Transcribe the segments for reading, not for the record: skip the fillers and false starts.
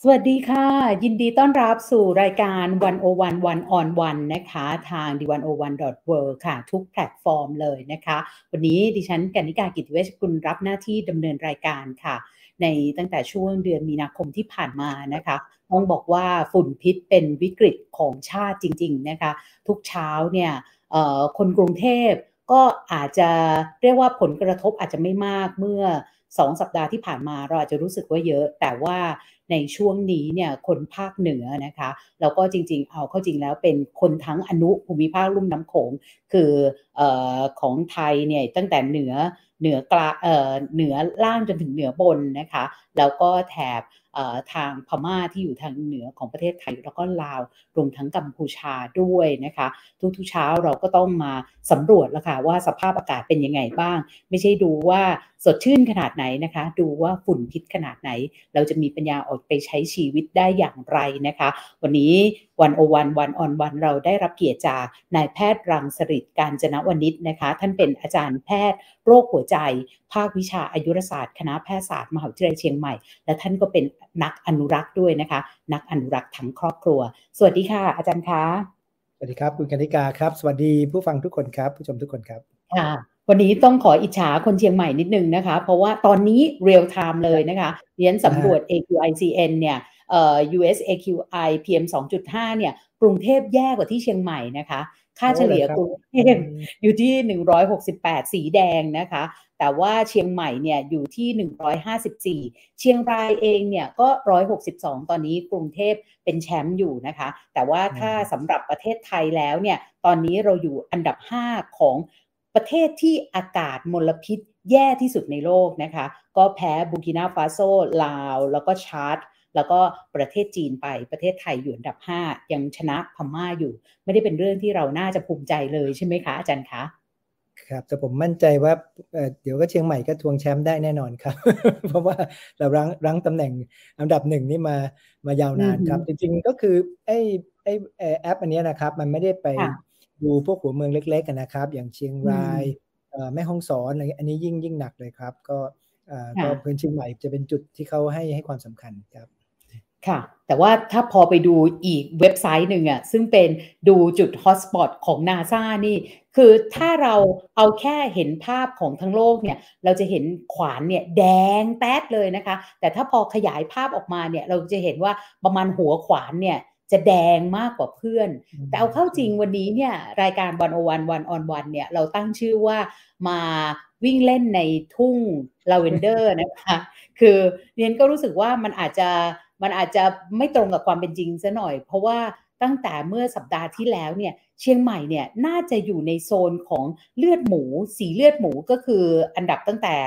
สวัสดีค่ะยินดีต้อนรับสู่รายการ101 One on One นะคะทาง d101.world ค่ะทุกแพลตฟอร์มเลยนะคะวันนี้ดิฉันกนิกา กิติเวชกุลรับหน้าที่ดำเนินรายการค่ะในตั้งแต่ช่วงเดือนมีนาคมที่ผ่านมานะคะต้องบอกว่าฝุ่นพิษเป็นวิกฤตของชาติจริงๆนะคะทุกเช้าเนี่ยคนกรุงเทพก็อาจจะเรียกว่าผลกระทบอาจจะไม่มากเมื่อ2 สัปดาห์ที่ผ่านมาเราอาจจะรู้สึกว่าเยอะแต่ว่าในช่วงนี้เนี่ยคนภาคเหนือนะคะแล้วก็จริงๆเอาเข้าจริงแล้วเป็นคนทั้งอนุภูมิภาคลุ่มน้ำโขงคือของไทยเนี่ยตั้งแต่เหนือล่างจนถึงเหนือบนนะคะแล้วก็แถบทางพม่าที่อยู่ทางเหนือของประเทศไทยแล้วก็ลาวรวมทั้งกัมพูชาด้วยนะคะทุกๆเช้าเราก็ต้องมาสำรวจแล้วค่ะว่าสภาพอากาศเป็นยังไงบ้างไม่ใช่ดูว่าสดชื่นขนาดไหนนะคะดูว่าฝุ่นพิษขนาดไหนเราจะมีปัญญาออกไปใช้ชีวิตได้อย่างไรนะคะวันนี้วันออนวันเราได้รับเกียรติจากนายแพทย์รังสฤษฐ์ กาญจนวณิชนะคะท่านเป็นอาจารย์แพทย์โรคหัวใจภาควิชาอายุรศาสตร์คณะแพทยศาสตร์มหาวิทยาลัยเชียงใหม่และท่านก็เป็นนักอนุรักษ์ด้วยนะคะนักอนุรักษ์ทั้งครอบครัวสวัสดีค่ะอาจารย์คะสวัสดีครับคุณกนิกาครับสวัสดีผู้ฟังทุกคนครับผู้ชมทุกคนครับค่ะวันนี้ต้องขออิจฉาคนเชียงใหม่นิดนึงนะคะเพราะว่าตอนนี้เรียลไทม์เลยนะคะเรียนสำรวจ AQICN เนี่ยUS AQI PM 2.5เนี่ยกรุงเทพแย่กว่าที่เชียงใหม่นะคะค่าเฉลี่ยกรุงเทพอยู่ที่168สีแดงนะคะแต่ว่าเชียงใหม่เนี่ยอยู่ที่154เชียงรายเองเนี่ยก็162ตอนนี้กรุงเทพเป็นแชมป์อยู่นะคะแต่ว่าถ้าสำหรับประเทศไทยแล้วเนี่ยตอนนี้เราอยู่อันดับ5ของประเทศที่อากาศมลพิษแย่ที่สุดในโลกนะคะก็แพ้บูร์กินาฟาโซลาวแล้วก็ชาร์ตแล้วก็ประเทศจีนไปประเทศไทยอยู่อันดับ5ยังชนะพม่าอยู่ไม่ได้เป็นเรื่องที่เราน่าจะภูมิใจเลยใช่ไหมคะอาจารย์คะครับแต่ผมมั่นใจว่าเดี๋ยวก็เชียงใหม่ก็ทวงแชมป์ได้แน่นอนครับ เพราะว่าเรารั้งตำแหน่งอันดับ1นี่มายาวนานครับจริงๆก็คือไอ้แอปอันนี้นะครับมันไม่ได้ไปดูพวกหัวเมืองเล็กๆกันนะครับอย่างเชียงรายแม่ฮ่องสอนอะไรอันนี้ยิ่งหนักเลยครับก็พื้นเชียงใหม่จะเป็นจุดที่เขาให้ความสำคัญครับค่ะแต่ว่าถ้าพอไปดูอีกเว็บไซต์หนึ่งอ่ะซึ่งเป็นดูจุดฮอตสปอตของ NASA นี่คือถ้าเราเอาแค่เห็นภาพของทั้งโลกเนี่ยเราจะเห็นขวานเนี่ยแดงแป๊ดเลยนะคะแต่ถ้าพอขยายภาพออกมาเนี่ยเราจะเห็นว่าประมาณหัวขวานเนี่ยจะแดงมากกว่าเพื่อนแต่เอาเข้าจริงวันนี้เนี่ยรายการ101 One on One เนี่ยเราตั้งชื่อว่ามาวิ่งเล่นในทุ่งลาเวนเดอร์นะคะคือเรียนก็รู้สึกว่ามันอาจจะไม่ตรงกับความเป็นจริงซะหน่อยเพราะว่าตั้งแต่เมื่อสัปดาห์ที่แล้วเนี่ยเชียงใหม่เนี่ยน่าจะอยู่ในโซนของเลือดหมูสีเลือดหมูก็คืออันดับตั้งแต่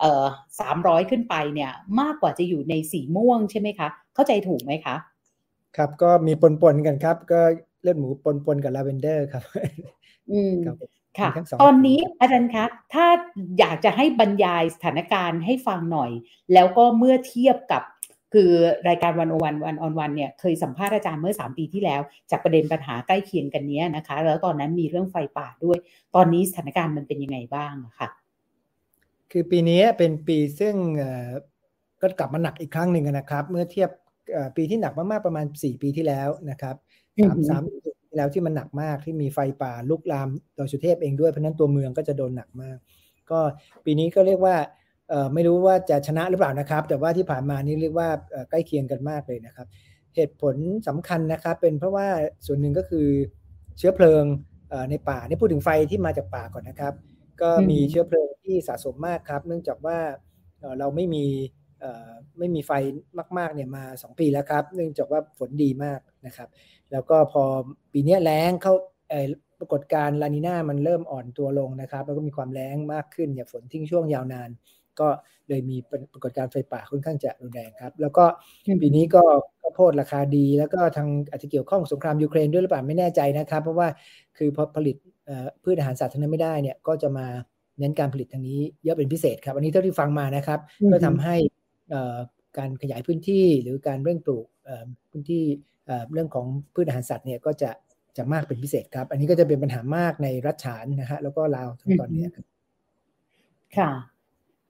300ขึ้นไปเนี่ยมากกว่าจะอยู่ในสีม่วงใช่ไหมคะเข้าใจถูกไหมคะครับก็มีปนกันครับก็เลือดหมูปนกับลาเวนเดอร์ครับครับค่ะตอนนี้อาจารย์คะถ้าอยากจะให้บรรยายสถานการณ์ให้ฟังหน่อยแล้วก็เมื่อเทียบกับคือรายการวันเนี่ยเคยสัมภาษณ์อาจารย์เมื่อ3 ปีที่แล้วจากประเด็นปัญหาใกล้เคียงกันนี้นะคะแล้วตอนนั้นมีเรื่องไฟป่าด้วยตอนนี้สถานการณ์มันเป็นยังไงบ้างอะค่ะคือปีนี้เป็นปีซึ่งก็กลับมาหนักอีกครั้งหนึ่งนะครับเมื่อเทียบปีที่หนักมากๆประมาณ4 ปีที่แล้วนะครับ3 ปีที่แล้วที่มันหนักมากที่มีไฟป่าลุกลามดอยสุเทพเองด้วยเพราะนั้นตัวเมืองก็จะโดนหนักมากก็ปีนี้ก็เรียกว่าไม่รู้ว่าจะชนะหรือเปล่านะครับแต่ว่าที่ผ่านมานี่เรียกว่าใกล้เคียงกันมากเลยนะครับเหตุผลสำคัญนะครับเป็นเพราะว่าส่วนหนึ่งก็คือเชื้อเพลิงในป่านี่พูดถึงไฟที่มาจากป่าก่อนนะครับก็มีเชื้อเพลิงที่สะสมมากครับเนื่องจากว่าเราไม่มีไฟมากๆเนี่ยมา2 ปีแล้วครับเนื่องจากว่าฝนดีมากนะครับแล้วก็พอปีนี้แล้งเข้าปรากฏการณ์ลานีน่ามันเริ่มอ่อนตัวลงนะครับแล้วก็มีความแล้งมากขึ้นเนี่ยฝนทิ้งช่วงยาวนานก็เลยมีปรากฏการณ์ไฟป่าค่อนข้างจะรุนแรงครับแล้วก็ปีนี้ก็ข้าวโพดราคาดีแล้วก็ทางอาจจะเกี่ยวข้องสงครามยูเครนด้วยหรือเปล่าไม่แน่ใจนะครับเพราะว่าคือพอผลิตพืชอาหารสัตว์ทั้งนั้นไม่ได้เนี่ยก็จะมาเน้นการผลิตทางนี้เยอะเป็นพิเศษครับอันนี้เท่าที่ฟังมานะครับก็ทำให้การขยายพื้นที่หรือการเร่งปลูกพื้นที่เรื่องของพืชอาหารสัตว์เนี่ยก็จะมากเป็นพิเศษครับอันนี้ก็จะเป็นปัญหามากในรัฐฉานนะฮะแล้วก็ลาวทั้งตอนนี้ครับค่ะ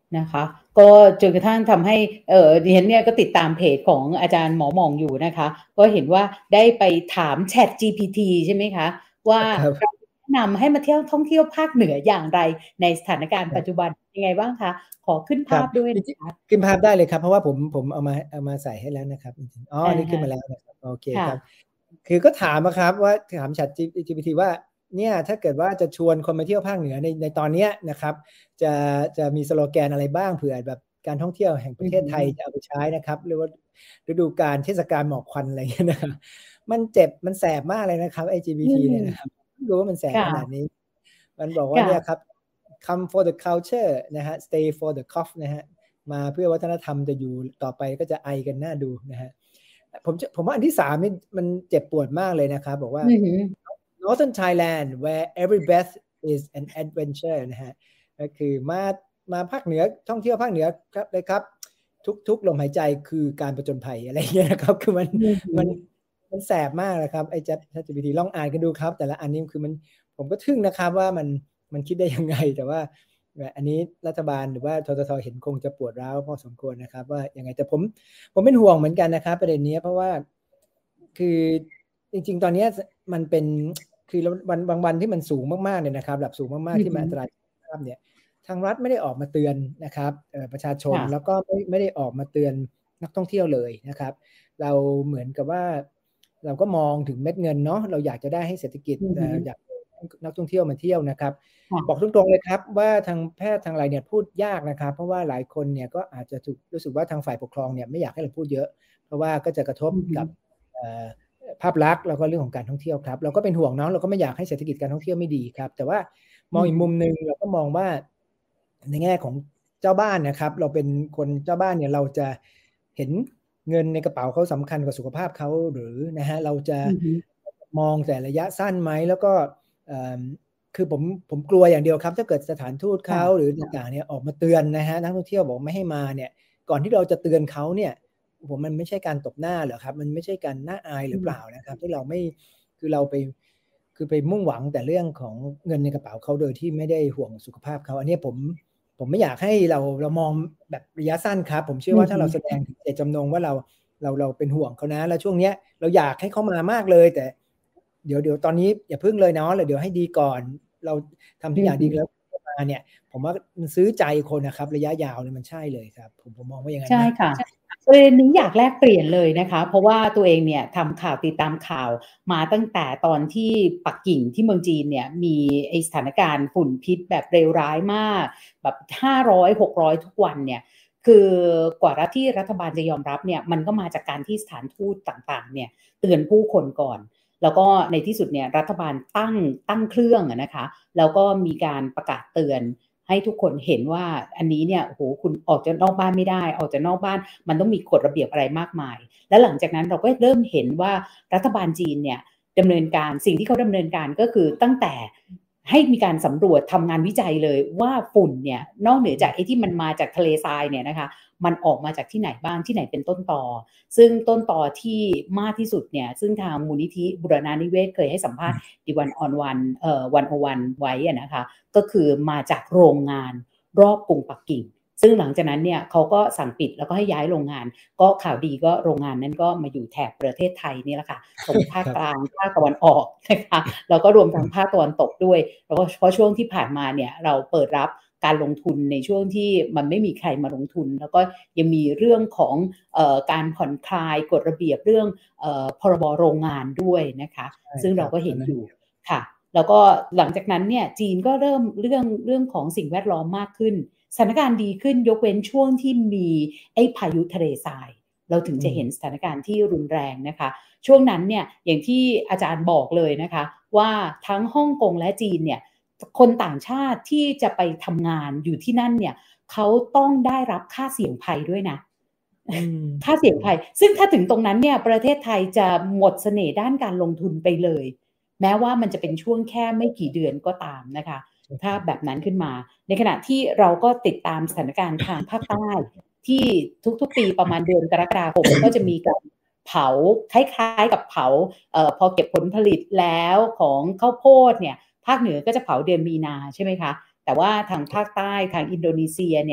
นะคะก็จนกระทั่งทำให้ดิฉันเนี่ยก็ติดตามเพจของอาจารย์หมอหม่องอยู่นะคะก็เห็นว่าได้ไปถาม Chat GPT ใช่ไหมคะว่าเราแนะนำให้มาเที่ยวท่องเที่ยวภาคเหนืออย่างไรในสถานการณ์ปัจจุบันยังไงบ้างคะขอขึ้นภาพด้วยนะคะขึ้นภาพได้เลยครับเพราะว่าผมเอามาใส่ให้แล้วนะครับจริงๆอ๋อนี่ขึ้นมาแล้วนะครับโอเคครับคือก็ถามครับว่าถาม Chat GPT ว่าเนี่ยถ้าเกิดว่าจะชวนคนมาเที่ยวภาคเหนือในตอนนี้นะครับจะมีสโลแกนอะไรบ้างเผื่อแบบการท่องเที่ยวแห่งประเทศไทยจะเอาไปใช้นะครับหรือว่าฤดูกาลเทศกาลหมอกควันอะไรอย่างเงี้ยนะครับมันเจ็บมันแสบมากเลยนะครับไอ้ GPT เนี่ยนะครับรู้ว่ามันแสบขนาดนี้มันบอกว่าเนี่ยครับ come for the culture นะฮะ stay for the cough นะฮะมาเพื่อวัฒนธรรมจะอยู่ต่อไปก็จะไอกันน่าดูนะฮะผมว่าอันที่3นี่มันเจ็บปวดมากเลยนะครับบอกว่า Northern Thailand where every breath is an adventure นะฮะก็คือมาภาคเหนือท่องเที่ยวภาคเหนือครับเลยครับทุกลมหายใจคือการผจญภัยอะไรเงี้ยนะครับคือมันแสบมากนะครับไอ้ ChatGPT ลองอ่านกันดูครับแต่ละอันนี้คือผมก็ทึ่งนะครับว่ามันคิดได้ยังไงแต่ว่าอันนี้รัฐบาลหรือว่าททท.เห็นคงจะปวดร้าวพอสมควรนะครับว่ายังไงแต่ผมเป็นห่วงเหมือนกันนะครับประเด็นนี้เพราะว่าคือจริงๆตอนนี้มันเป็นคือบางวันที่มันสูงมากๆเนี่ยนะครับระดับสูงมากๆที่มันอันตรายภาพเนี่ยทางรัฐไม่ได้ออกมาเตือนนะครับประชาชนแล้วก็ไม่ได้ออกมาเตือนนักท่องเที่ยวเลยนะครับเราเหมือนกับว่าเราก็มองถึงเม็ดเงินเนาะเราอยากจะได้ให้เศรษฐกิจอยากนักท่องเที่ยวมาเที่ยวนะครับบอกตรงๆเลยครับว่าทางแพทย์ทางอะไรเนี่ยพูดยากนะครับเพราะว่าหลายคนเนี่ยก็อาจจะรู้สึกว่าทางฝ่ายปกครองเนี่ยไม่อยากให้เราพูดเยอะเพราะว่าก็จะกระทบกับภาพลักษณ์แล้วก็เรื่องของการท่องเที่ยวครับเราก็เป็นห่วงเนาะเราก็ไม่อยากให้เศรษฐกิจการท่องเที่ยวไม่ดีครับแต่ว่ามองอีกมุมนึงเราก็มองว่าในแง่ของเจ้าบ้านนะครับเราเป็นคนเจ้าบ้านเนี่ยเราจะเห็นเงินในกระเป๋าเขาสำคัญกว่าสุขภาพเขาหรือนะฮะเราจะมองแต่ระยะสั้นไหมแล้วก็คือผมกลัวอย่างเดียวครับถ้าเกิดสถานทูตเขาหรือต่างๆเนี่ยออกมาเตือนนะฮะนักท่องเที่ยวบอกไม่ให้มาเนี่ยก่อนที่เราจะเตือนเขาเนี่ยมันไม่ใช่การตบหน้าเหรอครับมันไม่ใช่การน่าอายหรือเปล่านะครับที่เราไม่คือเราไปมุ่งหวังแต่เรื่องของเงินในกระเป๋าเขาโดยที่ไม่ได้ห่วงสุขภาพเขาอันนี้ผมไม่อยากให้เรามองแบบระยะสั้นครับผมเชื่อว่าถ้าเราแสดงถึงเจตจำนงว่าเราเป็นห่วงเขานะแล้วช่วงเนี้ยเราอยากให้เขามามากเลยแต่เดี๋ยวตอนนี้อย่าพึ่งเลยเนาะเดี๋ยวให้ดีก่อนเราทำทุกอย่างดีแล้วมาเนี่ยผมว่ามันซื้อใจคนนะครับระยะยาวเนี่ยมันใช่เลยครับผมมองว่าอย่างนั้นนะใช่ค่ะประเด็นนี้อยากแลกเปลี่ยนเลยนะคะเพราะว่าตัวเองเนี่ยทำข่าวติดตามข่าวมาตั้งแต่ตอนที่ปักกิ่งที่เมืองจีนเนี่ยมีสถานการณ์ฝุ่นพิษแบบเลวร้ายมากแบบ500-600ทุกวันเนี่ยคือกว่าที่รัฐบาลจะยอมรับเนี่ยมันก็มาจากการที่สถานทูตต่างๆเนี่ยเตือนผู้คนก่อนแล้วก็ในที่สุดเนี่ยรัฐบาลตั้งเครื่องนะคะแล้วก็มีการประกาศเตือนให้ทุกคนเห็นว่าอันนี้เนี่ยโอ้โหคุณออกจากนอกบ้านไม่ได้ออกจากนอกบ้านมันต้องมีกฎระเบียบอะไรมากมายและหลังจากนั้นเราก็เริ่มเห็นว่ารัฐบาลจีนเนี่ยดำเนินการสิ่งที่เขาดำเนินการก็คือตั้งแต่ให้มีการสำรวจทำงานวิจัยเลยว่าฝุ่นเนี่ยนอกเหนือจากไอ้ที่มันมาจากทะเลทรายเนี่ยนะคะมันออกมาจากที่ไหนบ้างที่ไหนเป็นต้นตอซึ่งต้นตอที่มากที่สุดเนี่ยซึ่งทางมูลนิธิบูรณานิเวศเคยให้สัมภาษณ์ดีวันออนวันไว้นะคะก็คือมาจากโรงงานรอบกรุงปักกิ่งซึ่งหลังจากนั้นเนี่ยเขาก็สั่งปิดแล้วก็ให้ย้ายโรงงานก็ข่าวดีก็โรงงานนั้นก็มาอยู่แถบประเทศไทยนี่แหละค่ะตรงภาคกลางภาคตะวันออกนะคะแล้วก็รวมทั้งภาคตะวันตกด้วยแล้วก็เพราะช่วงที่ผ่านมาเนี่ยเราเปิดรับการลงทุนในช่วงที่มันไม่มีใครมาลงทุนแล้วก็ยังมีเรื่องของการผ่อนคลายกฎระเบียบเรื่องพรบโรงงานด้วยนะคะซึ่งเราก็เห็นอยู่ค่ะแล้วก็หลังจากนั้นเนี่ยจีนก็เริ่มเรื่องของสิ่งแวดล้อมมากขึ้นสถานการณ์ดีขึ้นยกเว้นช่วงที่มีไอ้พายุทะเลทรายเราถึงจะเห็นสถานการณ์ที่รุนแรงนะคะช่วงนั้นเนี่ยอย่างที่อาจารย์บอกเลยนะคะว่าทั้งฮ่องกงและจีนเนี่ยคนต่างชาติที่จะไปทำงานอยู่ที่นั่นเนี่ยเขาต้องได้รับค่าเสี่ยงภัยด้วยนะค่าเสี่ยงภัยซึ่งถ้าถึงตรงนั้นเนี่ยประเทศไทยจะหมดเสน่ห์ด้านการลงทุนไปเลยแม้ว่ามันจะเป็นช่วงแค่ไม่กี่เดือนก็ตามนะคะถ้าแบบนั้นขึ้นมาในขณะที่เราก็ติดตามสถานการณ์ทางภาคใต้ที่ทุกๆปีประมาณเดือนกรกฎาคมก็จะมีการเผาคล้ายๆกับเผาพอเก็บผลผลิตแล้วของข้าวโพดเนี่ยภาคเหนือก็จะเผาเดือนมีนาใช่ไหมคะแต่ว่าทางภาคใต้ทางอินโดนีเซียเนี่ย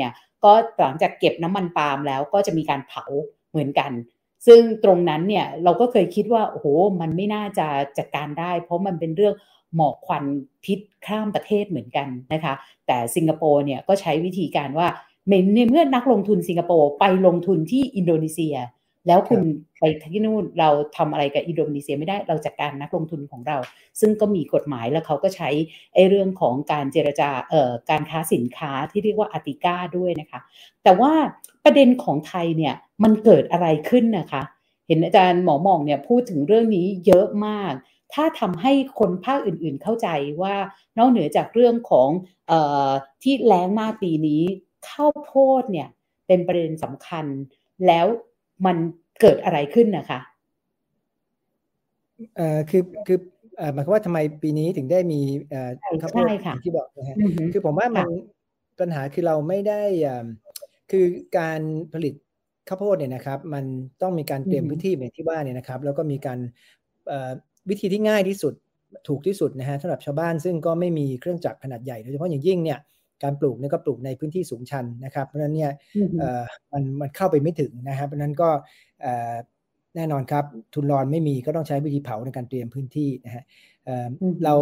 ก็หลังจากเก็บน้ำมันปาล์มแล้วก็จะมีการเผาเหมือนกันซึ่งตรงนั้นเนี่ยเราก็เคยคิดว่าโอ้โหมันไม่น่าจะจัดการได้เพราะมันเป็นเรื่องหมอกควันพิษข้ามประเทศเหมือนกันนะคะแต่สิงคโปร์เนี่ยก็ใช้วิธีการว่าในเมื่อนักลงทุนสิงคโปร์ไปลงทุนที่อินโดนีเซียแล้วคุณไปที่นู่นเราทำอะไรกับอินโดนีเซียไม่ได้เราจัดการนักลงทุนของเราซึ่งก็มีกฎหมายแล้วเขาก็ใช้เรื่องของการเจรจาการค้าสินค้าที่เรียกว่าอาติก้าด้วยนะคะแต่ว่าประเด็นของไทยเนี่ยมันเกิดอะไรขึ้นนะคะเห็นอาจารย์หมอหม่องเนี่ยพูดถึงเรื่องนี้เยอะมากถ้าทำให้คนภาคอื่นๆเข้าใจว่านอกเหนือจากเรื่องของที่แล้งมากปีนี้ข้าวโพดเนี่ยเป็นประเด็นสำคัญแล้วมันเกิดอะไรขึ้นนะคะคือหมายความว่าทำไมปีนี้ถึงได้มีข้าวโพดอย่างที่บอกนะฮะคือผมว่ามันปัญหาคือเราไม่ได้คือการผลิตข้าวโพดเนี่ยนะครับมันต้องมีการเตรียมพื้นที่แบบที่ว่าเนี่ยนะครับแล้วก็มีการวิธีที่ง่ายที่สุดถูกที่สุดนะฮะสำหรับชาวบ้านซึ่งก็ไม่มีเครื่องจักรขนาดใหญ่โดยเฉพาะอย่างยิ่งเนี่ยการปลูกเนี่ยก็ปลูกในพื้นที่สูงชันนะครับเพราะฉะนั้นเนี่ยมันเข้าไปไม่ถึงนะครับเพราะฉะนั้นก็แน่นอนครับทุนรอนไม่มีก็ต้องใช้วิธีเผาในการเตรียมพื้นที่นะฮะเรา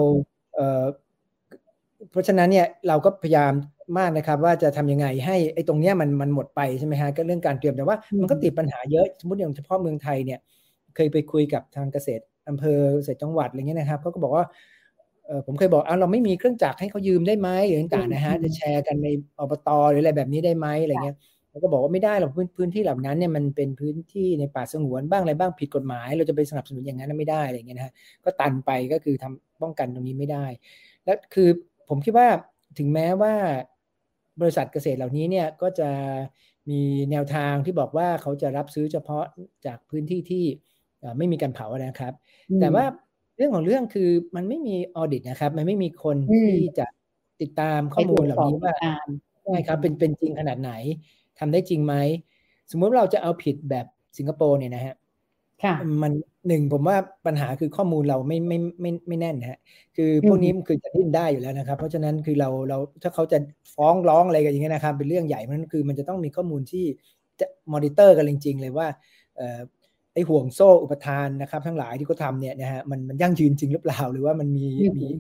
เพราะฉะนั้นเนี่ยเราก็พยายามมากนะครับว่าจะทำยังไงให้ไอ้ตรงเนี้ยมันหมดไปใช่ไหมฮะก็เรื่องการเตรียมแต่ว่ามันก็ติดปัญหาเยอะสมมติอย่างเฉพาะเมืองไทยเนี่ยเคยไปคุยกับทางเกษตรอำเภอเกษตรจังหวัดอะไรเงี้ยนะครับเขาก็บอกว่าผมเคยบอกเราไม่มีเครื่องจักรให้เขายืมได้ไหมหรือต่างๆนะฮะจะแชร์กันในอบต.หรืออะไรแบบนี้ได้ไหมอะไรเงี้ยเขาก็บอกว่าไม่ได้หรอกพื้นที่เหล่านั้นเนี่ยมันเป็นพื้นที่ในป่าสงวนบ้างอะไรบ้างผิดกฎหมายเราจะไปสนับสนุนอย่างนั้นไม่ได้อะไรเงี้ยนะฮะก็ตันไปก็คือทำป้องกันตรงนี้ไม่ได้และคือผมคิดว่าถึงแม้ว่าบริษัทเกษตรเหล่านี้เนี่ยก็จะมีแนวทางที่บอกว่าเขาจะรับซื้อเฉพาะจากพื้นที่ที่ไม่มีการเผานะครับแต่ว่าเรื่องของเรื่องคือมันไม่มีออดิตนะครับมันไม่มีคนที่จะติดตามข้อมูลเหล่านี้ว่าใช่ครับเป็นจริงขนาดไหนทำได้จริงไหมสมมติเราจะเอาผิดแบบสิงคโปร์เนี่ยนะฮะมันหนึ่งผมว่าปัญหาคือข้อมูลเราไม่แน่นนะฮะคือพวกนี้มันคือจะดิ้นได้อยู่แล้วนะครับเพราะฉะนั้นคือเราถ้าเขาจะฟ้องร้องอะไรกันอย่างเงี้ยนะครับเป็นเรื่องใหญ่มันคือมันจะต้องมีข้อมูลที่จะมอนิเตอร์กันจริงๆเลยว่าไอ้ห่วงโซ่อุปทานนะครับทั้งหลายที่เขาทำเนี่ยนะฮะมันยั่งยืนจริงหรือเปล่าหรือว่ามันมี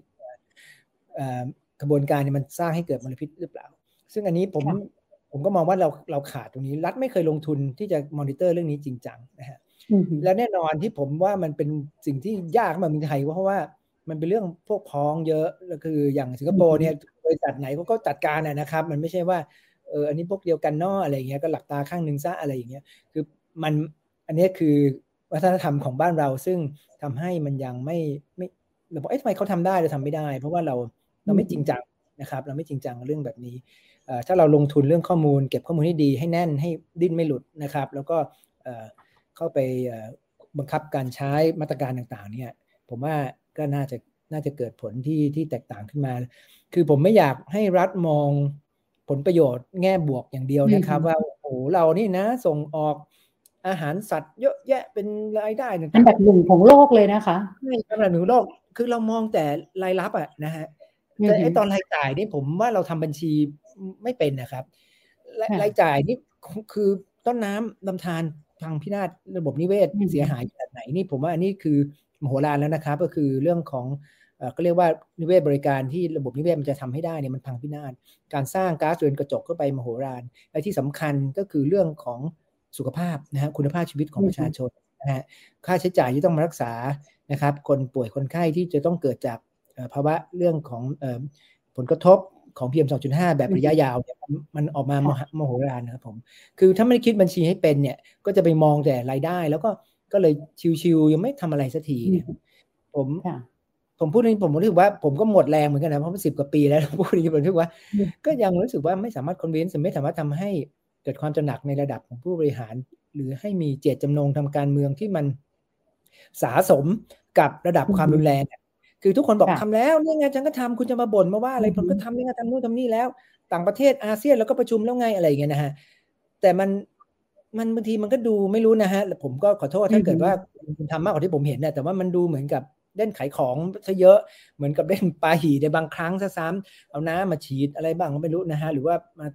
กระบวนการเนี่ยมันสร้างให้เกิดมลพิษหรือเปล่าซึ่งอันนี้ผมก็มองว่าเราขาดตรงนี้รัฐไม่เคยลงทุนที่จะมอนิเตอร์เรื่องนี้จริงจังนะฮะและแน่นอนที่ผมว่ามันเป็นสิ่งที่ยากมากในไทยเพราะว่ามันเป็นเรื่องพวกพ้องเยอะก็คืออย่างสิงคโปร์เนี่ยบริษัทไหนเขาก็จัดการนะครับมันไม่ใช่ว่าอันนี้พวกเดียวกันเนาะอะไรอย่างเงี้ยก็หลับตาข้างนึงซะอะไรอย่างเงี้ยคือมันอันนี้คือวัฒนธรรมของบ้านเราซึ่งทำให้มันยังไม่เราบอกทำไมเขาทำได้เราทำไม่ได้เพราะว่าเราไม่จริงจังนะครับเราไม่จริงจังเรื่องแบบนี้ถ้าเราลงทุนเรื่องข้อมูลเก็บข้อมูลให้ดีให้แน่นให้ดิ้นไม่หลุดนะครับแล้วก็เข้าไปบังคับการใช้มาตรการต่างๆเนี่ยผมว่าก็น่าจะเกิดผลที่แตกต่างขึ้นมาคือผมไม่อยากให้รัฐมองผลประโยชน์แง่บวกอย่างเดียวนะครับว่าโอ้โหเรานี่นะส่งออกอาหารสัตว์เยอะแยะเป็นรายได้ต่างๆอันดับหนึ่งของโลกเลยนะคะใช่อันดับหนึ่งของโลกคือเรามองแต่รายรับนะฮะแต่ไอ้ตอนรายจ่ายนี่ผมว่าเราทำบัญชีไม่เป็นนะครับรายจ่ายนี่คือต้นน้ำลำธารพังพินาศระบบนิเวศเสียหายขนาดไหนนี่ผมว่าอันนี้คือมโหฬารแล้วนะครับก็คือเรื่องของก็เรียกว่านิเวศบริการที่ระบบนิเวศมันจะทำให้ได้เนี่ยมันพังพินาศการสร้างก๊าซเรือนกระจกเข้าไปมโหฬารและที่สำคัญก็คือเรื่องของสุขภาพนะฮะคุณภาพชีวิตของประชาชนนะฮะค่าใช้จ่ายที่ต้องมารักษานะครับคนป่วยคนไข้ที่จะต้องเกิดจากภาวะเรื่องของผลกระทบของ PM 2.5 แบบระยะยาวเนี่ยมันออกมามโหฬารนะครับผมคือถ้าไม่ได้คิดบัญชีให้เป็นเนี่ยก็จะไปมองแต่รายได้แล้วก็เลยชิวๆยังไม่ทำอะไรสักทีเนี่ยผมพูดนี้ผมรู้สึกว่าผมก็หมดแรงเหมือนกันนะเพราะ10 กว่าปีแล้วพูดนี้ผมรู้สึกว่าก็ยังรู้สึกว่าไม่สามารถคอนวินส์ไม่สามารถทำให้เกิดความตระหนักในระดับของผู้บริหารหรือให้มีเจตจำนงทางการเมืองที่มันสะสมกับระดับความรุนแรงคือทุกคนบอกทำแล้วนี่ไงฉันก็ทำคุณจะมาบ่นมาว่าอะไรผมก็ทำนี่ไงทำนู่นทำนี่แล้วต่างประเทศอาเซียนแล้วก็ประชุมแล้วไงอะไรอย่างเงี้ยนะฮะแต่มันบางทีมันก็ดูไม่รู้นะฮะผมก็ขอโทษถ้าเกิดว่าคุณทำมากกว่าที่ผมเห็นนะแต่ว่ามันดูเหมือนกับเล่นขายของซะเยอะเหมือนกับเล่นปาหี่ในบางครั้งซะซ้ำเอาน้ำมาฉีดอะไรบ้างก็ไม่รู้นะฮะหรือว่ามา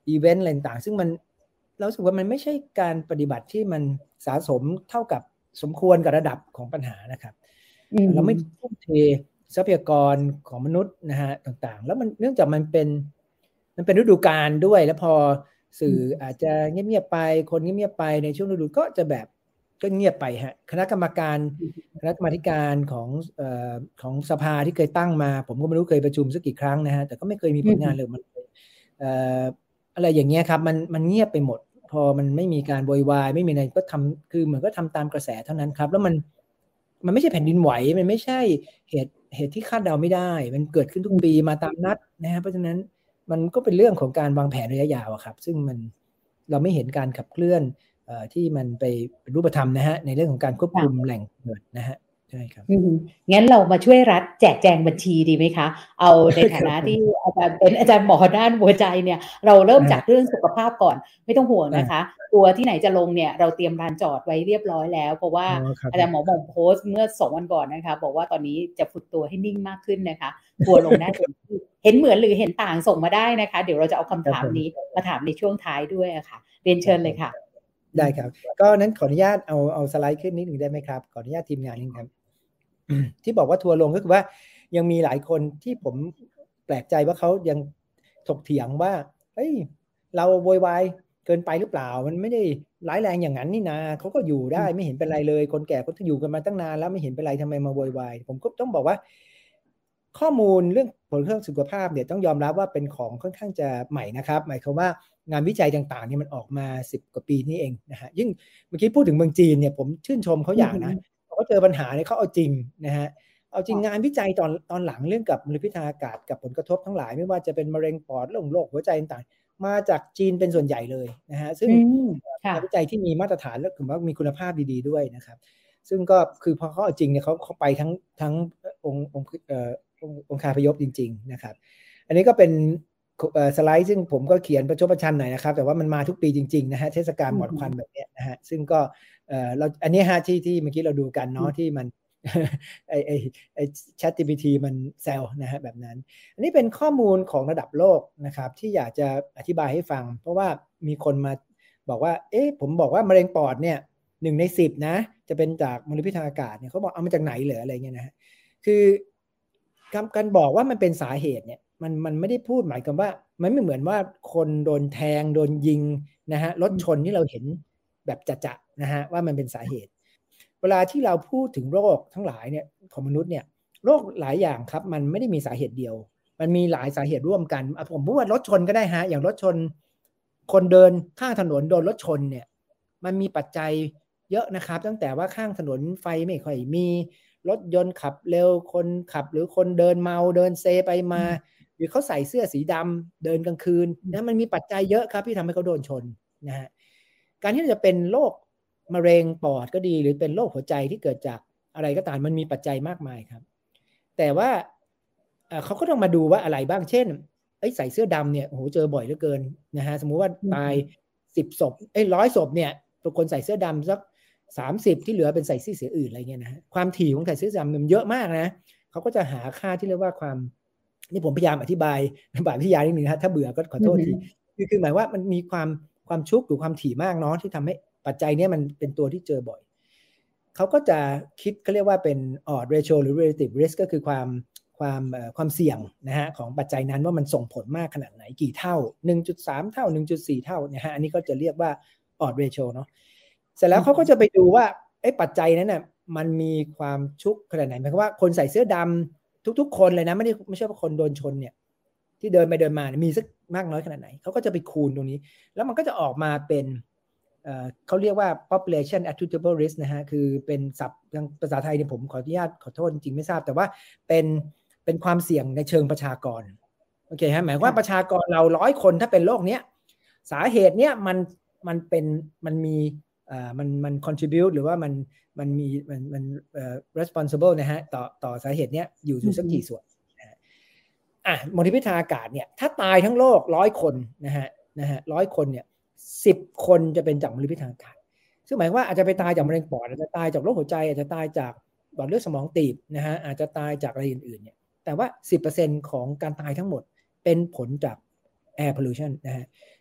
อีเวนต์อะไรต่างซึ่งมันเราสึกว่ามันไม่ใช่การปฏิบัติที่มันสะสมเท่ากับสมควรกับระดับของปัญหานะครับเราไม่ทุ่มเททรัพยากรของมนุษย์นะฮะต่างๆแล้วมันเนื่องจากมันเป็นฤดูกาลด้วยแล้วพอสื่ออาจจะเงียบๆไปคนเงียบๆไปในช่วงฤดูก็จะแบบก็เงียบไปฮะคณะกรรมการของสภาที่เคยตั้งมาผมก็ไม่รู้เคยประชุมสักกี่ครั้งนะฮะแต่ก็ไม่เคยมีผลงานเลยมันอะไรอย่างเงี้ยครับมันเงียบไปหมดพอมันไม่มีการโวยวายไม่มีอะไรก็ทำคือเหมือนก็ทำตามกระแสเท่านั้นครับแล้วมันไม่ใช่แผ่นดินไหวมันไม่ใช่เหตุที่คาดเดาไม่ได้มันเกิดขึ้นทุกปีมาตามนัดนะฮะเพราะฉะนั้นมันก็เป็นเรื่องของการวางแผนระยะยาวครับซึ่งเราไม่เห็นการขับเคลื่อนที่มันไปเป็นรูปธรรมนะฮะในเรื่องของการควบคุมแหล่งเกิดนะฮะใช่ครับงั้นเรามาช่วยรัฐแจกแจงบัญชีดีไหมคะเอาในฐานะที่อาจารย์เป็นอาจารย์หมอด้านหัวใจเนี่ยเราเริ่มจากเรื่องสุขภาพก่อนไม่ต้องห่วงนะคะตัวที่ไหนจะลงเนี่ยเราเตรียมลานจอดไว้เรียบร้อยแล้วเพราะว่าอาจารย์หมอบอกโพสต์เมื่อ2 วันก่อนนะคะบอกว่าตอนนี้จะฝึกตัวให้นิ่งมากขึ้นนะคะทัวร์ลงได้เห็นเหมือนหรือเห็นต่างส่งมาได้นะคะเดี๋ยวเราจะเอาคำถามนี้มาถามในช่วงท้ายด้วยค่ะเรียนเชิญเลยค่ะได้ครับก็นั้นขออนุญาตเอาสไลด์ขึ้นนิดหนึ่งได้ไหมครับขออนุญาตทีมงานนิดครับที่บอกว่าทัวร์ลงก็คือว่ายังมีหลายคนที่ผมแปลกใจว่าเขายังถกเถียงว่าเฮ้ยเราโวยวายเกินไปหรือเปล่ามันไม่ได้ร้ายแรงอย่างนั้นนี่นะเขาก็อยู่ได้ไม่เห็นเป็นไรเลยคนแก่ก็อยู่กันมาตั้งนานแล้วไม่เห็นเป็นไรทำไมมาโวยวายผมก็ต้องบอกว่าข้อมูลเรื่องผลเรื่องสุขภาพเนี่ยต้องยอมรับว่าเป็นของค่อนข้างจะใหม่นะครับหมายความว่างานวิจัยต่างๆนี่มันออกมา10 กว่าปีนี่เองนะฮะยิ่งเมื่อกี้พูดถึงเมืองจีนเนี่ยผมชื่นชมเขาอย่างนะเขาเจอปัญหาเนี่ยเขาเอาจริงนะฮะเอาจริงงานวิจัยตอนหลังเรื่องกับมลพิษทางอากาศกับผลกระทบทั้งหลายไม่ว่าจะเป็นมะเร็งปอดโรคหัวใจต่างๆมาจากจีนเป็นส่วนใหญ่เลยนะฮะซึ่งงานวิจัยที่มีมาตรฐานและถือว่ามีคุณภาพดีๆด้วยนะครับซึ่งก็คือพอเขาเอาจริงเนี่ยเขาไปทั้งองค์คาพยพจริงๆนะครับอันนี้ก็เป็นสไลด์ซึ่งผมก็เขียนประชดประชันหน่อยนะครับแต่ว่ามันมาทุกปีจริงๆนะฮะเทศกาลหมอกควันแบบนี้นะฮะซึ่งก็เราอันนี้ฮะที่เมื่อกี้เราดูกันเนาะที่มันไอ ChatGPT มันแซวนะฮะแบบนั้นอันนี้เป็นข้อมูลของระดับโลกนะครับที่อยากจะอธิบายให้ฟังเพราะว่ามีคนมาบอกว่าผมบอกว่ามะเร็งปอดเนี่ย1 ใน 10นะจะเป็นจากมลพิษทางอากาศเนี่ยเขาบอกเอามาจากไหนเหรออะไรเงี้ยนะฮะคือการบอกว่ามันเป็นสาเหตุเนี่ยมันไม่ได้พูดหมายความว่ามันไม่เหมือนว่าคนโดนแทงโดนยิงนะฮะรถชนที่เราเห็นแบบจะนะฮะว่ามันเป็นสาเหตุเวลาที่เราพูดถึงโรคทั้งหลายเนี่ยของมนุษย์เนี่ยโรคหลายอย่างครับมันไม่ได้มีสาเหตุเดียวมันมีหลายสาเหตุร่วมกันผมพูดว่ารถชนก็ได้ฮะอย่างรถชนคนเดินข้างถนนโดนรถชนเนี่ยมันมีปัจจัยเยอะนะครับตั้งแต่ว่าข้างถนนไฟไม่ค่อยมีรถยนต์ขับเร็วคนขับหรือคนเดินเมาเดินเซไปมาหรือเขาใส่เสื้อสีดำเดินกลางคืนนะมันมีปัจจัยเยอะครับที่ทำให้เขาโดนชนนะฮะการที่จะเป็นโรคมะเร็งปอดก็ดีหรือเป็นโรคหัวใจที่เกิดจากอะไรก็ตามมันมีปัจจัยมากมายครับแต่ว่าเขาก็ต้องมาดูว่าอะไรบ้างเช่นใส่เสื้อดำเนี่ยโอ้โหเจอบ่อยเหลือเกินนะฮะสมมุติว่าตาย10 ศพ100 ศพเนี่ยตัวคนใส่เสื้อดำสัก30ที่เหลือเป็นใส่เสื้อสีอื่นอะไรเงี้ยนะฮะความถี่ของใส่เสื้อดำมันเยอะมากนะเขาก็จะหาค่าที่เรียกว่าความนี่ผมพยายามอธิบายวิทยานิดนึงนะถ้าเบื่อก็ขอโทษทีคือหมายว่ามันมีความชุกหรือความถี่มากเนาะที่ทำให้ปัจจัยนี้มันเป็นตัวที่เจอบ่อยเขาก็จะคิดเขาเรียกว่าเป็น odds ratio หรือ relative risk ก็คือความเสี่ยงนะฮะของปัจจัยนั้นว่ามันส่งผลมากขนาดไหนกี่เท่า 1.3 เท่า 1.4 เท่านะฮะอันนี้ก็จะเรียกว่า odds ratio เนาะเสร็จแล้วเขาก็จะไปดูว่าปัจจัยนั้นน่ะมันมีความชุกขนาดไหนหมายความว่าคนใส่เสื้อดำทุกคนเลยนะไม่ใช่ว่าคนโดนชนเนี่ยที่เดินไปเดินมามีสักมากน้อยขนาดไหนเขาก็จะไปคูณตรงนี้แล้วมันก็จะออกมาเป็นเขาเรียกว่า population attributable risk นะฮะคือเป็นศัพท์ทางภาษาไทยเนี่ยผมขออนุญาตขอโทษจริงไม่ทราบแต่ว่าเป็นความเสี่ยงในเชิงประชากรโอเคฮะหมายว่าประชากรเรา100 คนถ้าเป็นโรคเนี้ยสาเหตุเนี้ยมันมีมัน contribute หรือว่ามันมีresponsible นะฮะต่อสาเหตุเนี้ยอยู่สักกี่ส่วนมลพิษทางอากาศเนี่ยถ้าตายทั้งโลก100 คนนะฮะ100 คนเนี่ย10 คนจะเป็นจากมลพิษทางอากาศซึ่งหมายว่าอาจจะไปตายจากมะเร็งปอดอาจจะตายจากโรคหัวใจอาจจะตายจากหลอดเลือดสมองตีบนะฮะอาจจะตายจากอะไรอื่นๆเนี่ยแต่ว่า 10% ของการตายทั้งหมดเป็นผลจาก air pollution นะฮะ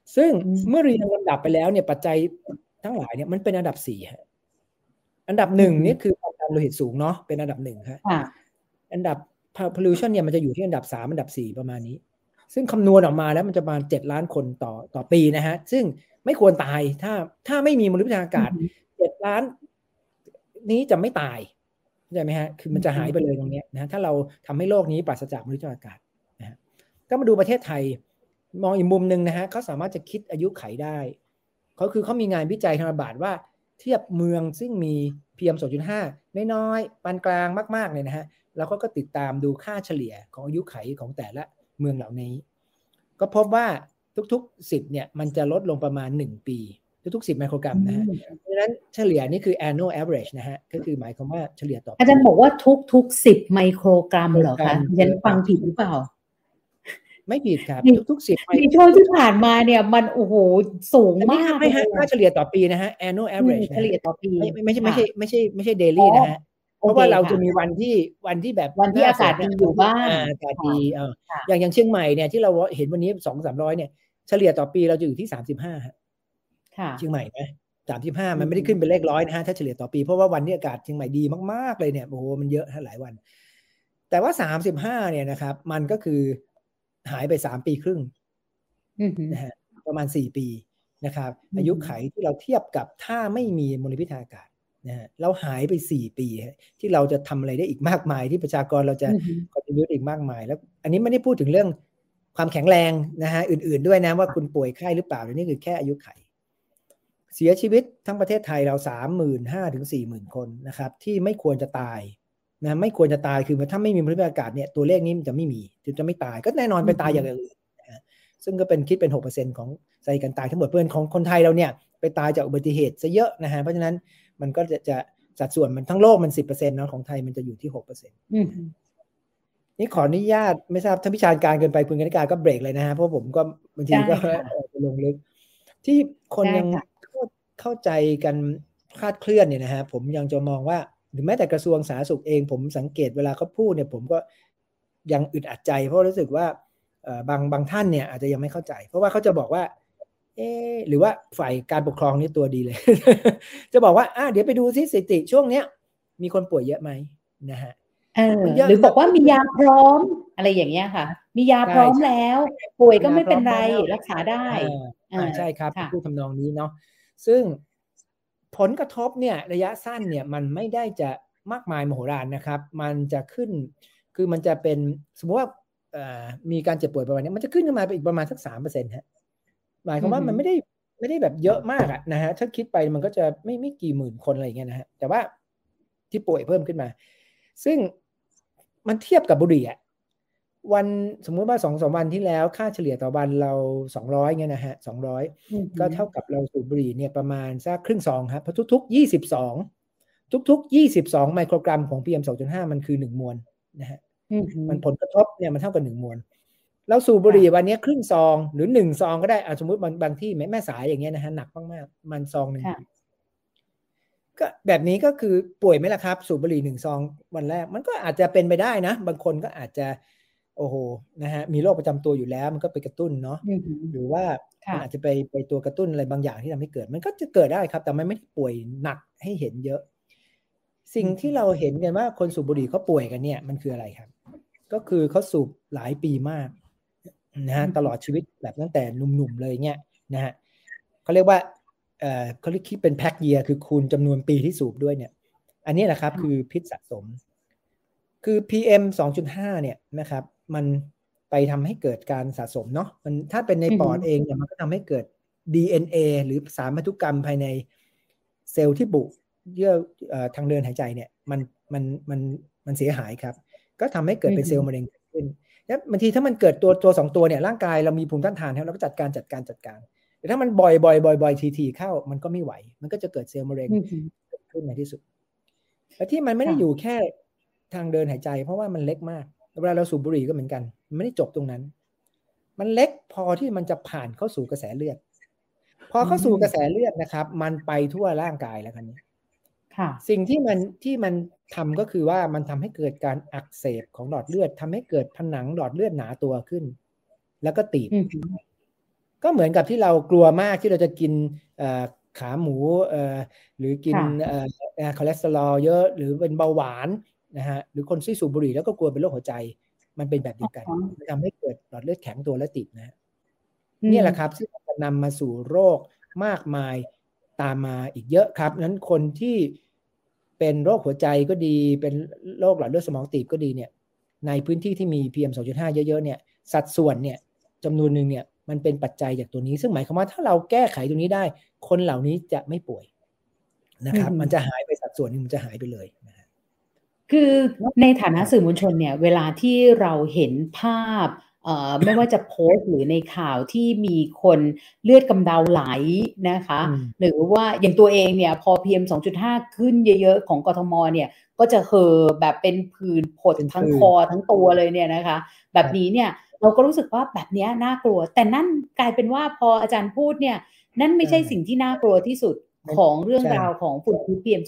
ซึ่งเมื่อเรียงลำดับไปแล้วเนี่ยปัจจัยทั้งหลายเนี่ยมันเป็นอันดับ4ฮะอันดับ1นี่คือความดันโลหิตสูงเนาะเป็นอันดับ1ครับอันดับ pollution เนี่ยมันจะอยู่ที่อันดับ3อันดับ4ประมาณนี้ซึ่งคำนวณออกมาแล้วมันจะประมาณ7 ล้านคนต่อปีนะฮะซึ่งไม่ควรตายถ้าไม่มีมลพิษทางอากาศ7 ล้านนี้จะไม่ตายเข้าใจไหมฮะคือมันจะหายไปเลยตรงนี้นะถ้าเราทำให้โลกนี้ปราศจากมลพิษทางอากาศนะฮะก็มาดูประเทศไทยมองอีกมุมนึงนะฮะเขาสามารถจะคิดอายุไขได้เขามีงานวิจัยทางระบาดว่าเทียบเมืองซึ่งมี PM 2.5 น้อยๆปานกลางมากๆเลยนะฮะแล้วก็ติดตามดูค่าเฉลี่ยของอายุไขของแต่ละเมืองเหล่านี้ก็พบว่าทุกๆ10เนี่ยมันจะลดลงประมาณ1 ปีทุกๆ10 ไมโครกรัมนะฮะเพราะฉะนั้นเฉลี่ยนี่คือ annual average นะฮะก็คือหมายความว่าเฉลี่ยต่ออาจารย์บอกว่าทุก10 ไมโครกรัมเหรอคะยันฟังผิดหรือเปล่าไม่ผิดครับทุกๆ10 ในช่วงที่ผ่านมาเนี่ยมันโอ้โหสูงมากไม่ฮะค่าเฉลี่ยต่อปีนะฮะ annual average เฉลี่ยต่อปีไม่ใช่ daily นะฮะเพราะว่าเราจะมีวันที่แบบวันที่อากาศดีอยู่บ้างอากาศดีอย่างเชียงใหม่เนี่ยที่เราเห็นวันนี้ 200-300 เนี่ยเฉลี่ยต่อปีเราจะอยู่ที่35ฮะเชียงใหม่นะ35มันไม่ได้ขึ้นเป็นเลขร้อยนะฮะถ้าเฉลี่ยต่อปีเพราะว่าวันนี้อากาศเชียงใหม่ดีมากๆเลยเนี่ยโอ้โหมันเยอะหลายวันแต่ว่า35เนี่ยนะครับมันก็คือหายไป3 ปีครึ่งนะฮะประมาณ4 ปีนะครับอายุไขที่เราเทียบกับถ้าไม่มีมลพิษทางอากาศนะฮะเราหายไป4 ปีที่เราจะทำอะไรได้อีกมากมายที่ประชากรเราจะcontributeอีกมากมายแล้วอันนี้ไม่ได้พูดถึงเรื่องความแข็งแรงนะฮะอื่นๆด้วยนะว่าคุณป่วยไข้หรือเปล่านี่คือแค่อายุไขเสียชีวิตทั้งประเทศไทยเรา 35,000 ถึง 40,000 คนนะครับที่ไม่ควรจะตายนะไม่ควรจะตายคือถ้าไม่มีมลพิษอากาศเนี่ยตัวเลขนี้มันจะไม่มีจะไม่ตายก็แน่นอนไปตายอย่างอื่นนะซึ่งก็เป็นคิดเป็น 6% ของสาเหตุการตายทั้งหมดเพื่อนของคนไทยเราเนี่ยไปตายจากอุบัติเหตุซะเยอะนะฮะเพราะฉะนั้นมันก็จะสัดส่วนมันทั้งโลกมัน 10% นะของไทยมันจะอยู่ที่ 6% นี่ขออนุญาตไม่ทราบถ้าวิชาการเกินไปคุณกนิกาก็เบรกเลยนะฮะเพราะผมก็บางทีก็จะลงลึกที่คนยังเข้าใจกันคลาดเคลื่อนเนี่ยนะฮะผมยังจะมองว่าหรือแม้แต่กระทรวงสาธารณสุขเองผมสังเกตเวลาเขาพูดเนี่ยผมก็ยังอึดอัดใจเพราะรู้สึกว่าบางท่านเนี่ยอาจจะยังไม่เข้าใจเพราะว่าเขาจะบอกว่าหรือว่าฝ่ายการปกครองนี่ตัวดีเลย จะบอกว่าเดี๋ยวไปดูซิสถิติช่วงเนี้ยมีคนป่วยเยอะไหมนะฮะหรือบอกว่ามียาพร้อมอะไรอย่างเงี้ยค่ะมียาพร้อมแล้วป่วยก็ไม่เป็นไรรักษาได้ใช่ครับพูดทำนองนี้เนาะซึ่งผลกระทบเนี่ยระยะสั้นเนี่ยมันไม่ได้จะมากมายมโหฬารนะครับมันจะขึ้นคือมันจะเป็นสมมติว่ามีการเจ็บป่วยประมาณนี้มันจะขึ้นขึ้นมาอีกประมาณสัก 3% ฮะหมายความว่ามันไม่ได้แบบเยอะมากนะฮะถ้าคิดไปมันก็จะไม่กี่หมื่นคนอะไรอย่างเงี้ยนะฮะแต่ว่าที่ป่วยเพิ่มขึ้นมาซึ่งมันเทียบกับบุหรี่วันสมมุติว่า 2-3 วันที่แล้วค่าเฉลี่ยต่อวันเรา200เงี้ยนะฮะ200ก็เท่ากับเราสูบบุหรี่เนี่ยประมาณสักครึ่งซองครับเพราะทุกๆ22ไมโครกรัมของ PM 2.5 มันคือ1 มวลนะฮะมันผลกระทบเนี่ยมันเท่ากับ1 มวลเราสูบบุหรี่วันนี้ครึ่งซองหรือ1 ซองก็ได้สมมติบางที่แม่สายอย่างเงี้ยนะฮะหนักมากๆมันซองนึงก็แบบนี้ก็คือป่วยไหมล่ะครับสูบบุหรี่1 ซองวันแรกมันก็อาจจะเป็นไปได้นะบางคนก็อาจจะโอ้โหนะฮะมีโรคประจำตัวอยู่แล้วมันก็ไปกระตุ้นเนาะหรือว่ามันอาจจะไปตัวกระตุ้นอะไรบางอย่างที่ทำให้เกิดมันก็จะเกิดได้ครับแต่มันไม่ป่วยหนักให้เห็นเยอะสิ่งที่เราเห็นกันว่าคนสูบบุหรี่เขาป่วยกันเนี่ยมันคืออะไรครับก็คือเขาสูบหลายปีมากนะฮะตลอดชีวิตแบบตั้งแต่หนุ่มๆเลยเนี่ยนะฮะเขาเรียกว่าเขาเรียกคิดเป็นแพ็กเยียร์คือคูณจำนวนปีที่สูบด้วยเนี่ยอันนี้แหละครับคือพิษสะสมคือ PM 2.5 เนี่ยนะครับมันไปทำให้เกิดการสะสมเนาะมันถ้าเป็นในปอดเองเนี่ยมันก็ทำให้เกิด DNA หรือสารพันธุกรรมภายในเซลล์ที่บุเยื่อทางเดินหายใจเนี่ยมันเสียหายครับก็ทำให้เกิดเป็นเซลล์มะเร็งขึ้นแล้วบางทีถ้ามันเกิดตัว2 ตัวเนี่ยร่างกายเรามีภูมิต้านทานแล้วเราก็จัดการแต่ถ้ามันบ่อยทีเข้ามันก็ไม่ไหวมันก็จะเกิดเซลล์มะเร็งเกิดขึ้นในที่สุดและที่มันไม่ได้อยู่แค่ทางเดินหายใจเพราะว่ามันเล็กมากเวลาเราสูบบุหรี่ก็เหมือนกันมันไม่ได้จบตรงนั้นมันเล็กพอที่มันจะผ่านเข้าสู่กระแสเลือดพอเข้าสู่กระแสเลือดนะครับมันไปทั่วร่างกายแล้วกันนี้สิ่งที่มันทำก็คือว่ามันทำให้เกิดการอักเสบของหลอดเลือดทำให้เกิดผนังหลอดเลือดหนาตัวขึ้นแล้วก็ตีบก็เหมือนกับที่เรากลัวมากที่เราจะกินขาหมูหรือกินคอเลสเตอรอลเยอะหรือเป็นเบาหวานนะฮะหรือคนที่สูบบุหรี่แล้วก็กลัวเป็นโรคหัวใจมันเป็นแบบเดียวกันทำให้เกิดหลอดเลือดแข็งตัวและติดนะนี่แหละครับซึ่งจะนำมาสู่โรคมากมายตามมาอีกเยอะครับนั้นคนที่เป็นโรคหัวใจก็ดีเป็นโรคหลอดเลือดสมองตีบก็ดีเนี่ยในพื้นที่ที่มี PM 2.5 เยอะๆเนี่ยสัดส่วนเนี่ยจำนวนหนึ่งเนี่ยมันเป็นปัจจัยจากตัวนี้ซึ่งหมายความว่าถ้าเราแก้ไขตรงนี้ได้คนเหล่านี้จะไม่ป่วยนะครับมันจะหายไปสัดส่วนนึงมันจะหายไปเลยนะคือในฐานะสื่อมวลชนเนี่ยเวลาที่เราเห็นภาพไม่ว่าจะโพสต์หรือในข่าวที่มีคนเลือดกำเดาไหลนะคะหรือว่าอย่างตัวเองเนี่ยพอ PM 2.5 ขึ้นเยอะๆของกทมเนี่ยก็จะเห่อแบบเป็นผื่นผดทั้งคอทั้งตัวเลยเนี่ยนะคะแบบนี้เนี่ยเราก็รู้สึกว่าแบบนี้น่ากลัวแต่นั่นกลายเป็นว่าพออาจารย์พูดเนี่ยนั่นไม่ใช่สิ่งที่น่ากลัวที่สุดของเรื่องราวของฝุ่น PM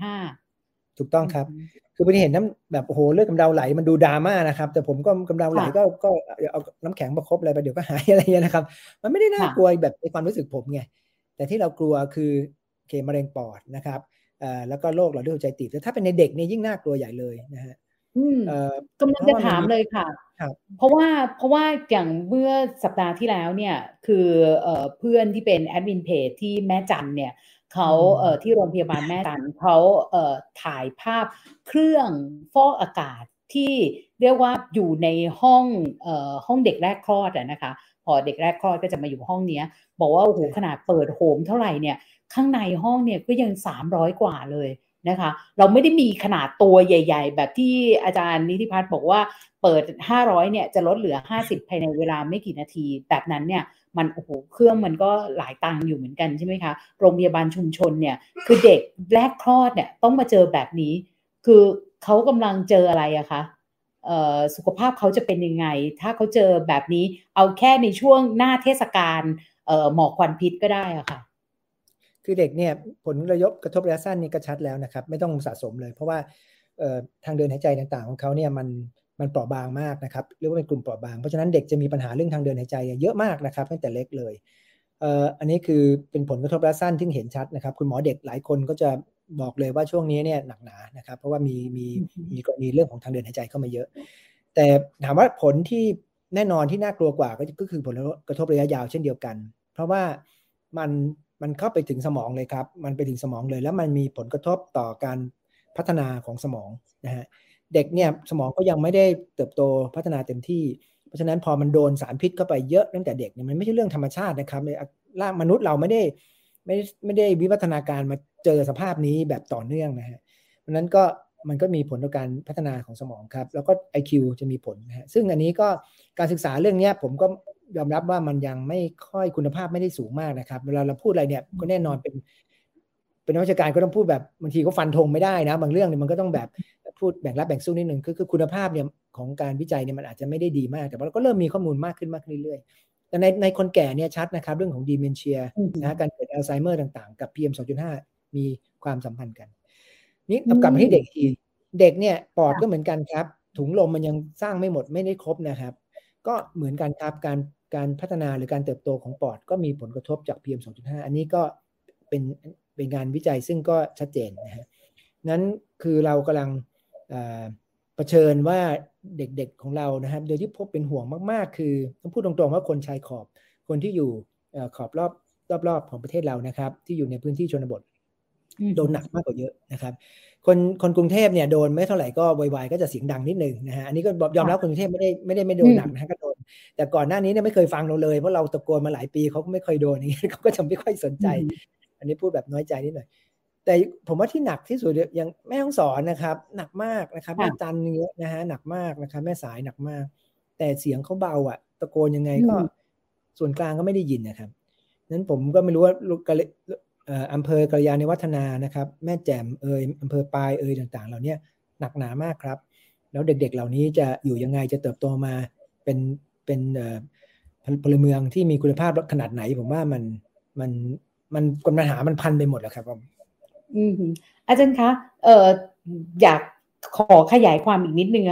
2.5 ถูกต้องครับคือไม่ได้เห็นน้ำแบบโอ้โหเลือดกำเดาไหลมันดูดราม่านะครับแต่ผมก็กำเดาไหลก็เอาน้ำแข็งประคบอะไรไปเดี๋ยวก็หายอะไรเงี้ยนะครับมันไม่ได้น่ากลัวแบบในความรู้สึกผมไงแต่ที่เรากลัวคือมะเร็งปอดนะครับแล้วก็โรคหลอดเลือดหัวใจตีบถ้าเป็นในเด็กเนี่ยยิ่งน่ากลัวใหญ่เลยนะฮะกำลังจะถามเลยค่ะเพราะว่าอย่างเมื่อสัปดาห์ที่แล้วเนี่ยคือเพื่อนที่เป็นแอดมินเพจที่แม่จันเนี่ยเขาที่โรงพยาบาลแม่จันเขาถ่ายภาพเครื่องฟอกอากาศที่เรียกว่าอยู่ในห้องเด็กแรกคลอดนะคะพอเด็กแรกคลอดก็จะมาอยู่ห้องนี้บอกว่าโอ้โหขนาดเปิดโหมเท่าไหร่เนี่ยข้างในห้องเนี่ยก็ยัง300 กว่าเลยนะคะเราไม่ได้มีขนาดตัวใหญ่ๆแบบที่อาจารย์นิติพัฒน์บอกว่าเปิด500เนี่ยจะลดเหลือ50ภายในเวลาไม่กี่นาทีแบบนั้นเนี่ยมันโอ้โหเครื่องมันก็หลายตังค์อยู่เหมือนกันใช่ไหมคะโรงพยาบาลชุมชนเนี่ยคือเด็กแรกคลอดเนี่ยต้องมาเจอแบบนี้คือเขากำลังเจออะไรอะคะสุขภาพเขาจะเป็นยังไงถ้าเขาเจอแบบนี้เอาแค่ในช่วงหน้าเทศกาลหมอกควันพิษก็ได้อะค่ะคือเด็กเนี่ยผลกระทบระยะสั้นนี่ก็ชัดแล้วนะครับไม่ต้องสะสมเลยเพราะว่าทางเดินหายใจต่างๆของเขาเนี่ยมันเปราะบางมากนะครับเรียกว่าเป็นกลุ่มเปราะบางเพราะฉะนั้นเด็กจะมีปัญหาเรื่องทางเดินหายใจเยอะมากนะครับตั้งแต่เล็กเลยอันนี้คือเป็นผลกระทบระยะสั้นที่เห็นชัดนะครับคุณหมอเด็กหลายคนก็จะบอกเลยว่าช่วงนี้เนี่ยหนักหนานะครับเพราะว่ามีกรณีเรื่องของทางเดินหายใจเข้ามาเยอะแต่ถามว่าผลที่แน่นอนที่น่ากลัวกว่าก็คือผลกระทบระยะยาวเช่นเดียวกันเพราะว่ามันเข้าไปถึงสมองเลยครับมันไปถึงสมองเลยแล้วมันมีผลกระทบต่อการพัฒนาของสมองนะฮะเด็กเนี่ยสมองก็ยังไม่ได้เติบโตพัฒนาเต็มที่เพราะฉะนั้นพอมันโดนสารพิษเข้าไปเยอะตั้งแต่เด็กเนี่ยมันไม่ใช่เรื่องธรรมชาตินะครับร่างมนุษย์เราไม่ได้วิวัฒนาการมาเจอสภาพนี้แบบต่อเนื่องนะฮะเพราะนั้นก็มันก็มีผลต่อการพัฒนาของสมองครับแล้วก็ IQ จะมีผลนะฮะซึ่งอันนี้ก็การศึกษาเรื่องนี้ผมก็ยอมรับว่ามันยังไม่ค่อยคุณภาพไม่ได้สูงมากนะครับเวลาเราพูดอะไรเนี่ยก็แน่นอนเป็นนักวิชาการก็ต้องพูดแบบบางทีก็ฟันธงไม่ได้นะบางเรื่องเนี่ยมันก็ต้องแบบพูดแบ่งรับแบ่งสู้นิดนึงคือคุณภาพเนี่ยของการวิจัยเนี่ยมันอาจจะไม่ได้ดีมากแต่ว่าเราก็เริ่มมีข้อมูลมากขึ้นเรื่อยๆแต่ในคนแก่เนี่ยชัดนะครับเรื่องของดีเมนเชียนะการเกิดอัลไซเมอร์ต่างๆกับ PM 2.5 มีความสัมพันธ์กันนี่กลับมาที่เด็กอีกเด็กเนี่ยปอดก็เหมือนกันครับถุงลมมันยังสร้างไม่หมดไม่ได้ครบนะครับก็เหมือนกันครับการพัฒนาหรือการเติบโตของปอดก็มีผลกระทบจาก PM 2.5 อันนี้ก็เป็นงานวิจัยซึ่งก็ชัดเจนนะฮะนั้นคือเรากำลังเผชิญว่าเด็กๆของเรานะครับโดยที่พบเป็นห่วงมากๆคือต้องพูดตรงๆว่าคนชายขอบคนที่อยู่ขอบรอบของประเทศเรานะครับที่อยู่ในพื้นที่ชนบทโดนหนักมากกว่าเยอะนะครับคนกรุงเทพเนี่ยโดนไม่เท่าไหร่ก็วายๆก็จะเสียงดังนิดนึงนะฮะอันนี้ก็ยอมรับคนกรุงเทพไม่โดนหนักนะก็โดนแต่ก่อนหน้านี้เนี่ยไม่เคยฟังเราเลยเพราะเราตะโกนมาหลายปีเขาก็ไม่เคยโดนอย่างนี้เขาก็จะไม่ค่อยสนใจอันนี้พูดแบบน้อยใจนิดหน่อยแต่ผมว่าที่หนักที่สุดอย่างแม่ฮ่องสอนนะครับหนักมากนะครับแม่จันเยอะนะฮะหนักมากนะครับแม่สายหนักมากแต่เสียงเขาเบาอ่ะตะโกนยังไงก็ส่วนกลางก็ไม่ได้ยินนะครับนั้นผมก็ไม่รู้ว่าอำเภอกาฬยาณิวัฒนานะครับแม่แจ่มอำเภอปายต่างๆเหล่านี้หนักหนามากครับแล้วเด็กๆเหล่านี้จะอยู่ยังไงจะเติบโตมาเป็นพลเมืองที่มีคุณภาพขนาดไหนผมว่ามันปัญหามันพันไปหมดแล้วครับอาจารย์คะอยากขอขยายความอีกนิดนึงอะค่ะ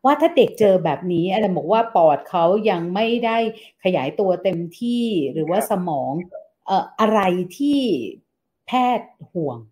ว่าถ้าเด็กเจอแบบนี้อาจารย์บอกว่าปอดเขายังไม่ได้ขยายตัวเต็มที่หรือว่าสมองอะไรที่แพทย์ห่วง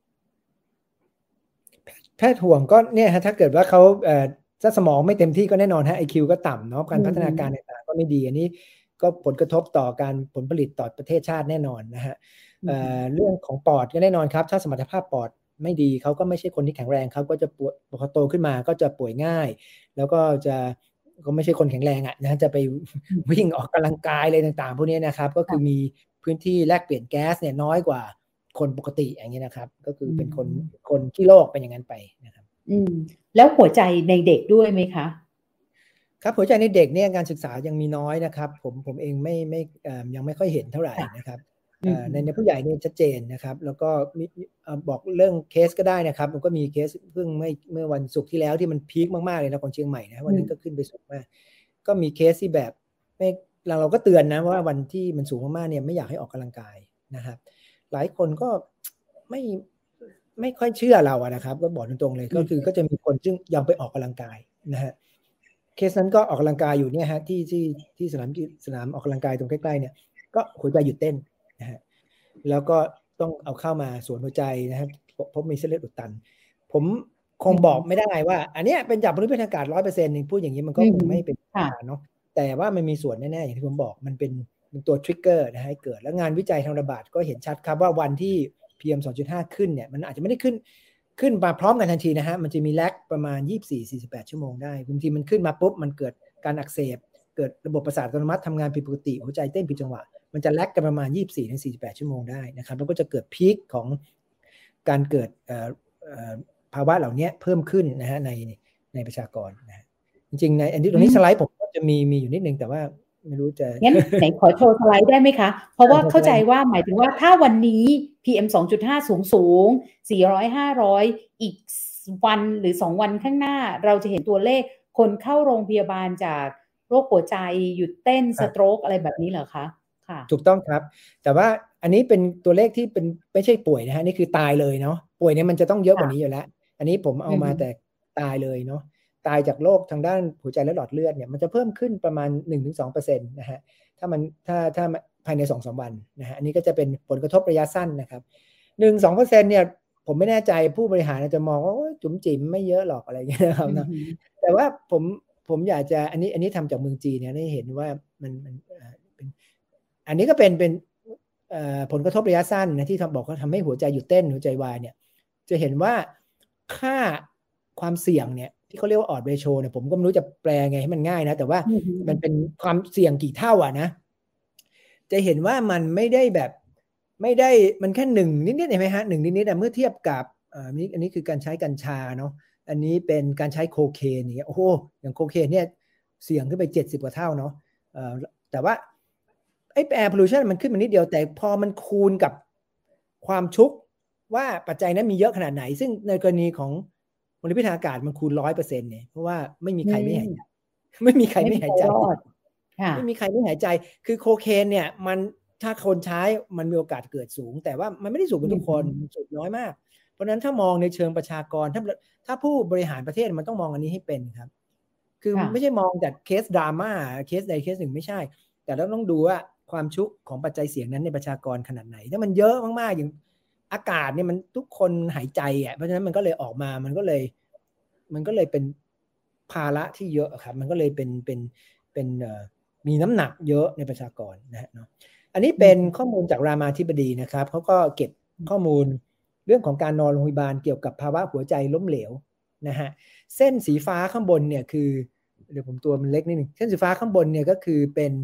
แพทย์ห่วงก็เนี่ยฮะถ้าเกิดว่าเขาถ้าสมองไม่เต็มที่ก็แน่นอนฮะ IQ ก็ต่ำเนาะการพัฒนาการต่างๆก็ไม่ดีอันนี้ก็ผลกระทบต่อการผลผลิตต่อประเทศชาติแน่นอนนะฮะเรื่องของปอดก็แน่นอนครับถ้าสมรรถภาพปอดไม่ดีเขาก็ไม่ใช่คนที่แข็งแรงเขาก็จะป่วยพอโตขึ้นมาก็จะป่วยง่ายแล้วก็ไม่ใช่คนแข็งแรงอ่ะนะจะไปวิ่งออกกำลังกายอะไรต่างๆพวกนี้นะครับก็คือมีพื้นที่แลกเปลี่ยนแก๊สเนี่ยน้อยกว่าคนปกติอย่างนี้นะครับก็คือเป็นคนขี้โรคเป็นอย่างนั้นไปนะครับแล้วหัวใจในเด็กด้วยไหมคะครับหัวใจในเด็กเนี่ยการศึกษายังมีน้อยนะครับผมเองไม่ยังไม่ค่อยเห็นเท่าไหร่นะครับในผู้ใหญ่เนี่ยชัดเจนนะครับแล้วก็บอกเรื่องเคสก็ได้นะครับมันก็มีเคสเพิ่งเมื่อวันศุกร์ที่แล้วที่มันพีคมากๆเลยนะคนเชียงใหม่นะวันนั้นก็ขึ้นไปสูงมากก็มีเคสที่แบบไม่เราก็เตือนนะว่าวันที่มันสูงมากๆเนี่ยไม่อยากให้ออกกำลังกายนะครับหลายคนก็ไม่ค่อยเชื่อเราอะนะครับก็บอกตรงๆเลยก็คือก็จะมีคนซึ่งยังไปออกกำลังกายนะฮะเคสนั้นก็ออกกำลังกายอยู่เนี่ยฮะที่สนามออกกำลังกายตรงใกล้ๆเนี่ยก็หัวใจหยุดเต้นนะฮะแล้วก็ต้องเอาเข้ามาสวนหัวใจนะครับพบมีเส้นเลือดอุดตันผมคงบอกไม่ได้ว่าอันนี้เป็นจากมนุษย์ทางอากาศ 100% พูดอย่างนี้มันก็คงไม่เป็นการเนาะแต่ว่ามันมีส่วนแน่ๆอย่างที่ผมบอกมันเป็นตัวทริกเกอร์นะฮะให้เกิดแล้วงานวิจัยทางระบาดก็เห็นชัดครับว่าวันที่ PM 2.5 ขึ้นเนี่ยมันอาจจะไม่ได้ขึ้นมาพร้อมกันทันทีนะฮะมันจะมีแลกประมาณ 24-48 ชั่วโมงได้บางทีมันขึ้นมาปุ๊บมันเกิดการอักเสบเกิดระบบประสาทอัตโนมัติทำงานผิดปกติหัวใจเต้นผิดจังหวะมันจะแลกกันประมาณ 24-48 ชั่วโมงได้นะครับแล้วก็จะเกิดพีคของการเกิดภาวะเหล่านี้เพิ่มขึ้นนะฮะในประชากรนะจริงๆในอันนี้ตรงนี้สไลด์ผมก็จะมีอยู่นิดนึงแต่ว่าไม่รู้จะงั้นไหนขอโชว์สไลด์ได้ไหมคะเพราะว่าเข้าใจว่าหมายถึงว่าถ้าวันนี้ PM 2.5 สูง400 500อีกวันหรือ2วันข้างหน้าเราจะเห็นตัวเลขคนเข้าโรงพยาบาลจากโรคหัวใจหยุดเต้นสโตรกอะไรแบบนี้เหรอคะค่ะถูกต้องครับแต่ว่าอันนี้เป็นตัวเลขที่เป็นไม่ใช่ป่วยนะฮะนี่คือตายเลยเนาะป่วยเนี่ยมันจะต้องเยอะกว่านี้อยู่แล้วอันนี้ผมเอามาแต่ตายเลยเนาะตายจากโรคทางด้านหัวใจและหลอดเลือดเนี่ยมันจะเพิ่มขึ้นประมาณ 1-2% นะฮะถ้าภายใน 2-3 วันนะฮะอันนี้ก็จะเป็นผลกระทบระยะสั้นนะครับ 1-2% เนี่ยผมไม่แน่ใจผู้บริหารอาจจะมองว่าจุ๋มจิ๋มไม่เยอะหรอกอะไรอย่างเงี้ยนะครับนะแต่ว่าผมอยากจะอันนี้ทำจากเมืองจีนเนี่ยได้เห็นว่ามันอันนี้ก็เป็นผลกระทบระยะสั้นนะที่บอกว่าทำให้หัวใจหยุดเต้นหัวใจวายเนี่ยจะเห็นว่าค่าความเสี่ยงเนี่ยที่เขาเรียกว่าออดเรโชเนี่ยผมก็ไม่รู้จะแปลไงให้มันง่ายนะแต่ว่ามันเป็นความเสี่ยงกี่เท่าอ่ะนะจะเห็นว่ามันไม่ได้มันแค่1นิดๆเห็นไหมฮะ1นิดๆแต่เมื่อเทียบกับอันนี้คือการใช้กัญชาเนาะอันนี้เป็นการใช้โคเคนเนี่ยโอ้โหอย่างโคเคนเนี่ยเสี่ยงขึ้นไป70 กว่าเท่าเนาะแต่ว่าไอ้แอร์พอลูชันมันขึ้นมานิดเดียวแต่พอมันคูณกับความชุกว่าปัจจัยนั้นมีเยอะขนาดไหนซึ่งในกรณีของมลพิษทางอากาศมันคูณ 100% เนี่ยเพราะว่าไม่มีใครไม่หายใจไม่มีใครไม่หายใจไม่มีใครไม่หายใจคือโคเคนเนี่ยมันถ้าคนใช้มันมีโอกาสเกิดสูงแต่ว่ามันไม่ได้สูงกับทุกคนสูงน้อยมากเพราะฉะนั้นถ้ามองในเชิงประชากรถ้าผู้บริหารประเทศมันต้องมองอันนี้ให้เป็นครับคือไม่ใช่มองแต่เคสดราม่าเคสใดเคสหนึ่งไม่ใช่แต่เราต้องดูว่าความชุกของปัจจัยเสี่ยงนั้นในประชากรขนาดไหนถ้ามันเยอะมากๆอย่างอากาศเนี่ยมันทุกคนหายใจอ่ะเพราะฉะนั้นมันก็เลยออกมามันก็เลยเป็นภาระที่เยอะครับมันก็เลยเป็นมีน้ำหนักเยอะในประชากรนะฮะเนาะอันนี้เป็นข้อมูลจากรามาธิบดีนะครับเขาก็เก็บข้อมูลเรื่องของการนอนโรงพยาบาลเกี่ยวกับภาวะหัวใจล้มเหลวนะฮะเส้นสีฟ้าข้างบนเนี่ยคือเดี๋ยวผมตัวมันเล็กนิดนึงเส้นสีฟ้าข้างบนเนี่ยก็คือ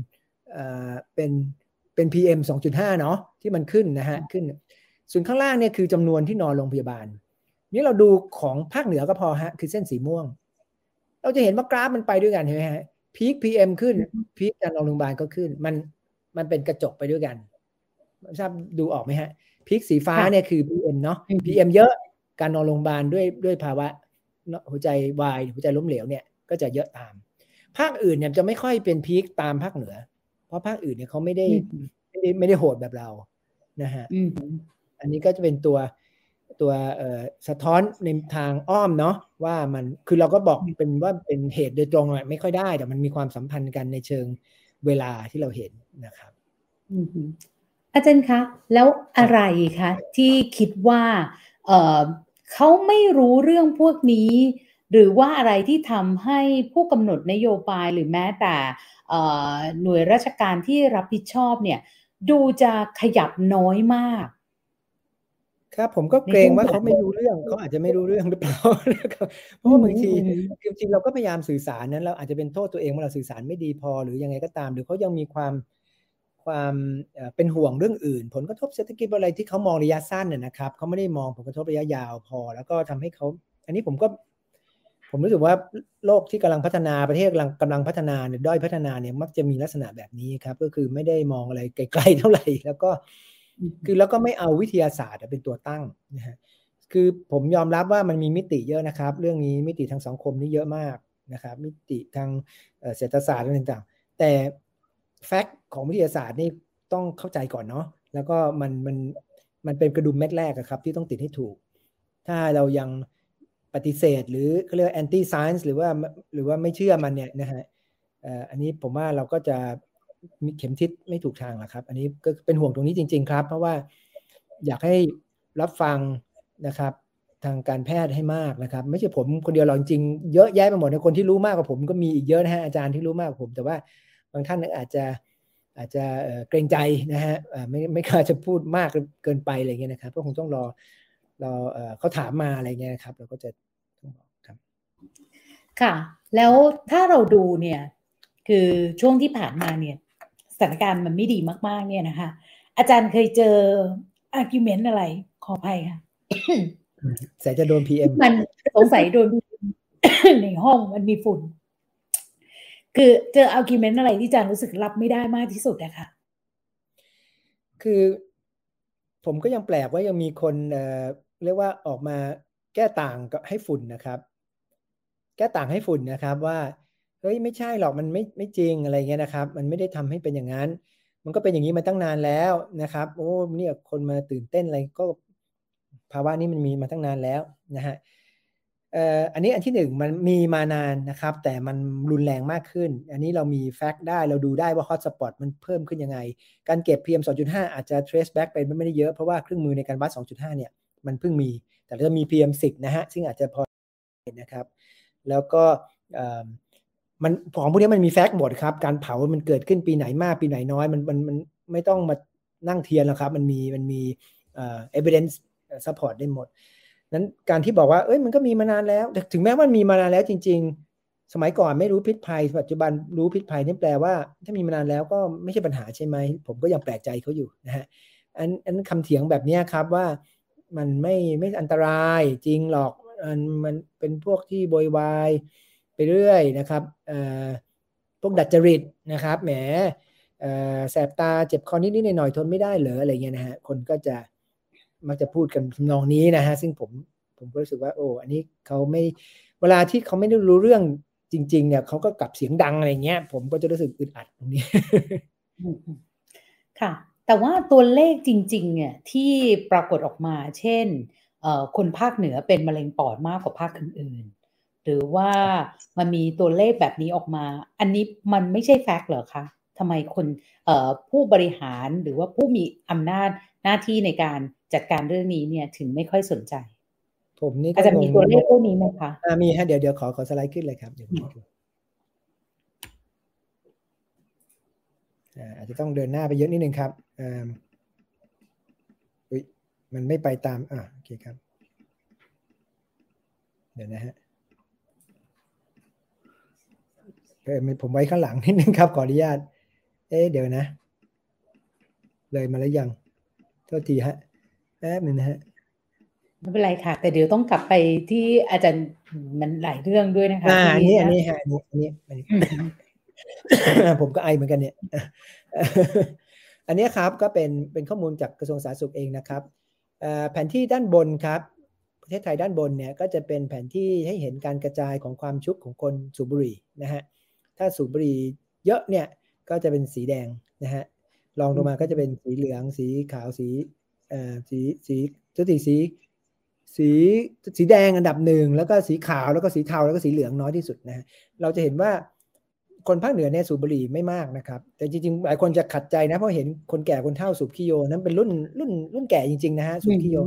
เป็น PM 2.5 เนาะที่มันขึ้นนะฮะขึ้นส่วนข้างล่างเนี่ยคือจำนวนที่นอนโรงพยาบาลนี่เราดูของภาคเหนือก็พอฮะคือเส้นสีม่วงเราจะเห็นว่ากราฟมันไปด้วยกันเห็นไหมฮะพีค PM ขึ้นพีคการนอนโรงพยาบาลก็ขึ้นมันเป็นกระจกไปด้วยกันทราบดูออกไหมฮะพีคสีฟ้าเนี่ยคือ PM เนาะ PM เยอะการนอนโรงพยาบาลด้วยภาวะหัวใจวายหัวใจล้มเหลวเนี่ยก็จะเยอะตามภาคอื่นเนี่ยจะไม่ค่อยเป็นพีคตามภาคเหนือเพราะภาคอื่นเนี่ยเขาไม่ได้โหดแบบเรานะฮะอันนี้ก็จะเป็นตัวตัวสะท้อนในทางอ้อมเนาะว่ามันคือเราก็บอกเป็นว่าเป็นเหตุโดยตรงไม่ค่อยได้แต่มันมีความสัมพันธ์กันในเชิงเวลาที่เราเห็นนะครับอาจารย์คะแล้วอะไรคะที่คิดว่าเขาไม่รู้เรื่องพวกนี้หรือว่าอะไรที่ทำให้ผู้กำหนดนโยบายหรือแม้แต่หน่วยราชการที่รับผิดชอบเนี่ยดูจะขยับน้อยมากครับผมก็เกรงว่าเขาไม่รู้เรื่องเขาอาจจะไม่รู้เรื่องหรือเปล่าเพราะว่าบางทีจริงๆเราก็พยายามสื่อสารนั้นเราอาจจะเป็นโทษตัวเองว่าเราสื่อสารไม่ดีพอหรือยังไงก็ตามหรือเขายังมีความเป็นห่วงเรื่องอื่นผลกระทบเศรษฐกิจอะไรที่เขามองระยะสั้นนะครับเขาไม่ได้มองผลกระทบระยะยาวพอแล้วก็ทำให้เขาอันนี้ผมรู้สึกว่าโลกที่กำลังพัฒนาประเทศกำลังพัฒนาเนี่ยด้อยพัฒนาเนี่ยมักจะมีลักษณะแบบนี้ครับก็คือไม่ได้มองอะไรไกลๆเท่าไหร่แล้วก็ไม่เอาวิทยาศาสตร์เป็นตัวตั้งนะฮะคือผมยอมรับว่ามันมีมิติเยอะนะครับเรื่องนี้มิติทางสังคมนี่เยอะมากนะครับมิติทางเศรษฐศาสตร์ต่างๆแต่แฟกต์ของวิทยาศาสตร์นี่ต้องเข้าใจก่อนเนาะแล้วก็มันเป็นกระดุมเม็ดแรกครับที่ต้องติดให้ถูกถ้าเรายังปฏิเสธหรือเขาเรียก anti science หรือว่าไม่เชื่อมันเนี่ยนะฮะอันนี้ผมว่าเราก็จะมีเข็มทิศไม่ถูกทางละครับอันนี้ก็เป็นห่วงตรงนี้จริงๆครับเพราะว่าอยากให้รับฟังนะครับทางการแพทย์ให้มากนะครับไม่ใช่ผมคนเดียวหรอกจริงๆเยอะแยะไปหมดในคนที่รู้มากกว่าผมก็มีอีกเยอะนะฮะอาจารย์ที่รู้มากกว่าผมแต่ว่าบางท่านอาจจะเกรงใจนะฮะไม่กล้าจะพูดมากเกินไปอะไรเงี้ยนะครับก็คงต้องรอเขาถามมาอะไรเงี้ยนะครับเราก็จะต้องบอกครับค่ะแล้วถ้าเราดูเนี่ยคือช่วงที่ผ่านมาเนี่ยสถานการณ์มันไม่ดีมากๆเนี่ยนะคะอาจารย์เคยเจอ argument อะไรขออภัยค่ะใส่จะโดน PM มันสงสัยโดน ในห้องมันมีฝุ่นคือเจอ argument อะไรที่อาจารย์รู้สึกรับไม่ได้มากที่สุดอะค่ะคือผมก็ยังแปลกว่ายังมีคนเรียกว่าออกมาแก้ต่างกับให้ฝุ่นนะครับแก้ต่างให้ฝุ่นนะครับว่าเฮ้ยไม่ใช่หรอกมันไม่จริงอะไรเงี้ยนะครับมันไม่ได้ทำให้เป็นอย่างนั้นมันก็เป็นอย่างนี้มาตั้งนานแล้วนะครับโอ้เนี่ยคนมาตื่นเต้นอะไรก็ภาวะนี้มันมีมาตั้งนานแล้วนะฮะอันนี้อันที่หนึ่งมันมีมานานนะครับแต่มันรุนแรงมากขึ้นอันนี้เรามีแฟกต์ได้เราดูได้ว่าฮอตสปอตมันเพิ่มขึ้นยังไงการเก็บ PM 2.5 อาจจะ trace back ไปไม่ได้เยอะเพราะว่าเครื่องมือในการวัด 2.5 เนี่ยมันเพิ่งมีแต่จะมี PM 10นะฮะซึ่งอาจจะพอนะครับแล้วก็มันของพวกนี้มันมีแฟกต์หมดครับการเผามันเกิดขึ้นปีไหนมากปีไหนน้อยมันไม่ต้องมานั่งเทียนหรอกครับมันมีevidence support ได้หมดนั้นการที่บอกว่าเอ้ยมันก็มีมานานแล้วถึงแม้ว่ามีมานานแล้วจริงๆสมัยก่อนไม่รู้พิษภัยปัจจุบันรู้พิษภัยนี่แปลว่าถ้ามีมานานแล้วก็ไม่ใช่ปัญหาใช่ไหมผมก็ยังแปลกใจเขาอยู่นะฮะอันคำเถียงแบบนี้ครับว่ามันไม่อันตรายจริงหรอกมันเป็นพวกที่โวยวายไปเรื่อยนะครับพวกดัดจริตนะครับแหมแสบตาเจ็บคอนิดๆหน่อยๆทนไม่ได้เหรออะไรเงี้ยนะฮะคนก็จะมักจะพูดกันทำนองนี้นะฮะซึ่งผมก็รู้สึกว่าโอ้อันนี้เขาไม่เวลาที่เขาไม่ได้รู้เรื่องจริงๆเนี่ยเขาก็กลับเสียงดังอะไรเงี้ยผมก็จะรู้สึกอึดอัดตรงนี้ค่ะแต่ว่าตัวเลขจริงๆเนี่ยที่ปรากฏออกมาเช่นคนภาคเหนือเป็นมะเร็งปอดมากกว่าภาคอื่นๆหรือว่ามันมีตัวเลขแบบนี้ออกมาอันนี้มันไม่ใช่แฟกต์เหรอคะทำไมคนผู้บริหารหรือว่าผู้มีอำนาจหน้าที่ในการจัดการเรื่องนี้เนี่ยถึงไม่ค่อยสนใจผมนี่ก็อาจจะมีตัวเลขพวกนี้ไหมคะมีฮะเดี๋ยวขอสไลด์ขึ้นเลยครับเดี๋ยวอาจจะต้องเดินหน้าไปเยอะนิดนึงครับมันไม่ไปตามโอเคครับเดี๋ยวนะฮะผมไว้ข้างหลังนิดนึงครับขออนุญาตเดี๋ยวนะเลยมาแล้วยังโทษทีฮะแป๊บนึงนะฮะไม่เป็นไรค่ะแต่เดี๋ยวต้องกลับไปที่อาจารย์มันหลายเรื่องด้วยนะคะอันนี้ฮะอันนี้ผมก็ไอเหมือนกันเนี่ยอันนี้ครับก็เป็นข้อมูลจากกระทรวงสาธารณสุขเองนะครับแผนที่ด้านบนครับประเทศไทยด้านบนเนี่ยก็จะเป็นแผนที่ให้เห็นการกระจายของความชุกของคนสูบบุหรี่นะฮะถ้าสูบบุหรี่เยอะเนี่ยก็จะเป็นสีแดงนะฮะรองลงมาก็จะเป็นสีเหลืองสีขาวสีสีแดงอันดับหนึ่งแล้วก็สีขาวแล้วก็สีเทาแล้วก็สีเหลืองน้อยที่สุดนะเราจะเห็นว่าคนภาคเหนือเนี่ยสูบบุหรี่ไม่มากนะครับแต่จริงๆหลายคนจะขัดใจนะเพราะเห็นคนแก่คนเฒ่าสูบขี้โยนั้นเป็นรุ่นแก่จริงๆนะฮะสูบขี้โย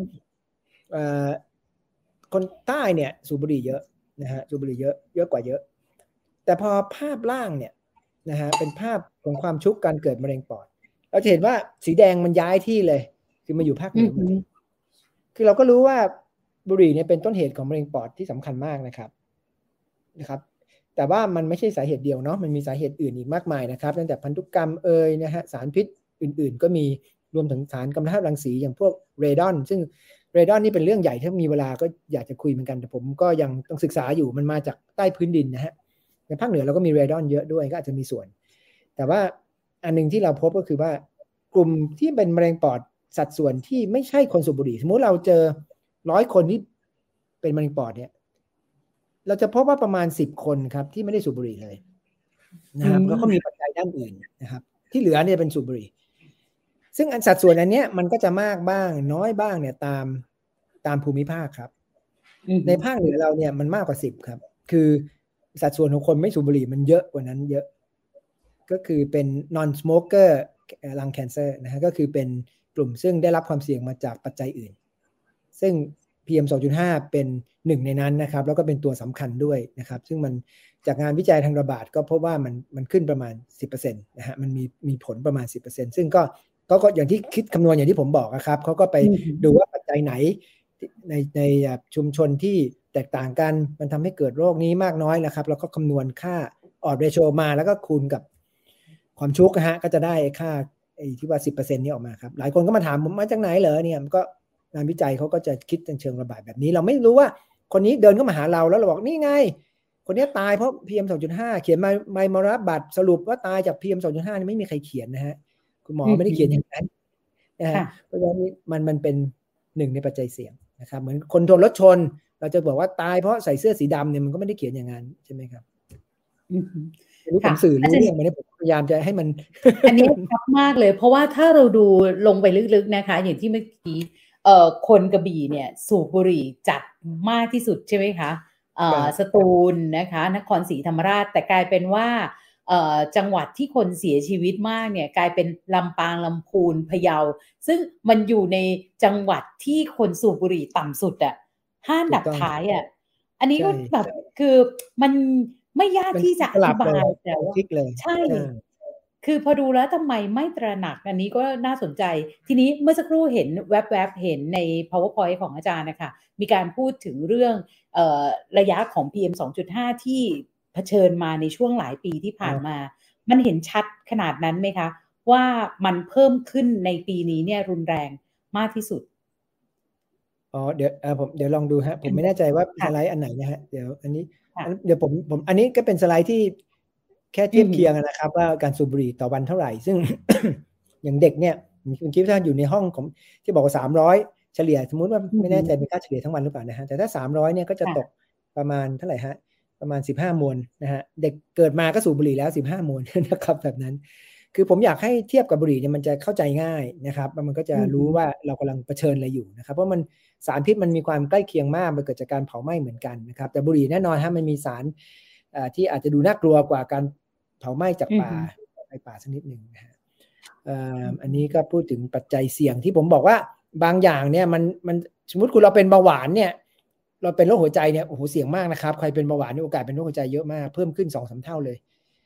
คนใต้เนี่ยสูบบุหรี่เยอะนะฮะสูบบุหรี่เยอะกว่าเยอะแต่พอภาพล่างเนี่ยนะฮะเป็นภาพของความชุกการเกิดมะเร็งปอดเราจะเห็นว่าสีแดงมันย้ายที่เลยคือมาอยู่ภาคเหนือคือเราก็รู้ว่าบุหรี่เนี่ยเป็นต้นเหตุของมะเร็งปอดที่สำคัญมากนะครับแต่ว่ามันไม่ใช่สาเหตุเดียวเนาะมันมีสาเหตุอื่นอีกมากมายนะครับตั้งแต่พันธุกรรมนะฮะสารพิษอื่นๆก็มีรวมถึงสารกัมมันตรังสีอย่างพวกเรดอนซึ่งเรดอนนี่เป็นเรื่องใหญ่ถ้ามีเวลาก็อยากจะคุยเหมือนกันแต่ผมก็ยังต้องศึกษาอยู่มันมาจากใต้พื้นดินนะฮะในภาคเหนือเราก็มีเรดอนเยอะด้วยก็อาจจะมีส่วนแต่ว่าอันนึงที่เราพบก็คือว่ากลุ่มที่เป็นมะเร็งปอดสัดส่วนที่ไม่ใช่คนสูบบุหรี่สมมติเราเจอ100 คนที่เป็นมะเร็งปอดเนี่ยเราจะพบว่าประมาณ10 คนครับที่ไม่ได้สูบบุหรี่เลยนะครับแล้วก็มีปัจจัยด้านอื่นนะครับที่เหลือเนี่ยเป็นสูบบุหรี่ซึ่งอันสัดส่วนอันเนี้ยมันก็จะมากบ้างน้อยบ้างเนี่ยตามภูมิภาคครับในภาคเหนือเราเนี่ยมันมากกว่า10ครับคือสัดส่วนของคนไม่สูบบุหรี่มันเยอะกว่านั้นเยอะก็คือเป็น non smoker lung cancer นะฮะก็คือเป็นกลุ่มซึ่งได้รับความเสี่ยงมาจากปัจจัยอื่นซึ่ง PM 2.5 เป็นหนึ่งในนั้นนะครับแล้วก็เป็นตัวสำคัญด้วยนะครับซึ่งมันจากงานวิจัยทางระบาดก็พบว่ามันขึ้นประมาณ 10% นะฮะมันมีผลประมาณ 10% ซึ่งก็อย่างที่คิดคำนวณอย่างที่ผมบอกนะครับเขาก็ไปดูว่าปัจจัยไหนในชุมชนที่แตกต่างกันมันทำให้เกิดโรคนี้มากน้อยนะครับแล้วก็คำนวณค่าodds ratio มาแล้วก็คูณกับความชุกนะฮะก็จะได้ค่าที่ว่า 10% นี้ออกมาครับหลายคนก็มาถามผมมาจากไหนเหรอเนี่ยมันก็งานวิจัยเขาก็จะคิดในเชิงระบาดแบบนี้เราไม่รู้ว่าคนนี้เดินเข้ามาหาเราแล้วเราบอกนี่ไงคนนี้ตายเพราะ PM 2.5 เขียนใบมรณบัตรสรุปว่าตายจาก PM 2.5 นี่ไม่มีใครเขียนนะฮะคุณหมอไม่ได้เขียนอย่างนั้นนะฮะเพราะฉะนั้นมันเป็นหนึ่งในปัจจัยเสี่ยงนะครับเหมือนคนโดนรถชนเราจะบอกว่าตายเพราะใส่เสื้อสีดำเนี่ยมันก็ไม่ได้เขียนอย่างนั้นใช่ไหมครับรู้ผมสื่อรู้เรื่องมันเนี่ยผมพยายามจะให้มันอันนี้ชัดมากเลยเพราะว่าถ้าเราดูลงไปลึกๆนะคะอย่างที่เมื่อกี้คนกระบี่เนี่ยสูบบุหรี่จัดมากที่สุดใช่ไหมคะสตูลนะคะนครศรีธรรมราชแต่กลายเป็นว่าจังหวัดที่คนเสียชีวิตมากเนี่ยกลายเป็นลำปางลำพูนพะเยาซึ่งมันอยู่ในจังหวัดที่คนสูบบุหรี่ต่ำสุดอ่ะ5 อันดับท้ายอ่ะอันนี้ก็แบบคือมันไม่ยากที่จะอธิบายแต่ว่าใช่คือพอดูแล้วทำไมไม่ตระหนักอันนี้ก็น่าสนใจทีนี้เมื่อสักครู่เห็นแวบๆเห็นใน PowerPoint ของอาจารย์นะคะมีการพูดถึงเรื่องระยะของ PM 2.5 ที่เผชิญมาในช่วงหลายปีที่ผ่านมามันเห็นชัดขนาดนั้นไหมคะว่ามันเพิ่มขึ้นในปีนี้เนี่ยรุนแรงมากที่สุดเดี๋ยวลองดูฮะผมไม่แน่ใจว่าสไลด์อันไหนนะฮะเดี๋ยวอันนี้เดี๋ยวผมอันนี้ก็เป็นสไลด์ที่แค่เทียบเคียงนะครับว่าการสูบบุหรี่ต่อวันเท่าไหร่ซึ่ง อย่างเด็กเนี่ยคุณคิดว่าอยู่ในห้องของที่บอกว่า300เฉลี่ยสมมุติว่าไม่แน่ใจเป็นค่าเฉลี่ยทั้งวันหรือเปล่านะฮะแต่ถ้า300เนี่ยก็จะตกประมาณเท่าไหร่ฮะประมาณ15 มวนนะฮะเด็กเกิดมาก็สูบบุหรี่แล้ว15 มวนนะครับแบบนั้นคือผมอยากให้เทียบกับบุหรี่เนี่ยมันจะเข้าใจง่ายนะครับมันก็จะรู้ว่าเรากำลังเผชิญอะไรอยู่นะครับเพราะมันสารพิษมันมีความใกล้เคียงมากมันเกิดจากการเผาไหม้เหมือนกันนะครับแต่บุหรี่แน่นอนฮะมันมีสารที่อาจจะดูน่ากลัวกว่าการเผาไหม้จากป่าไฟป่าสักนิดนึงนะฮะอันนี้ก็พูดถึงปัจจัยเสี่ยงที่ผมบอกว่าบางอย่างเนี่ยมันสมมติคุณเราเป็นเบาหวานเนี่ยเราเป็นโรคหัวใจเนี่ยโอ้โหเสี่ยงมากนะครับใครเป็นเบาหวานนี่โอกาสเป็นโรคหัวใจเยอะมากเพิ่มขึ้น 2-3 เท่าเลย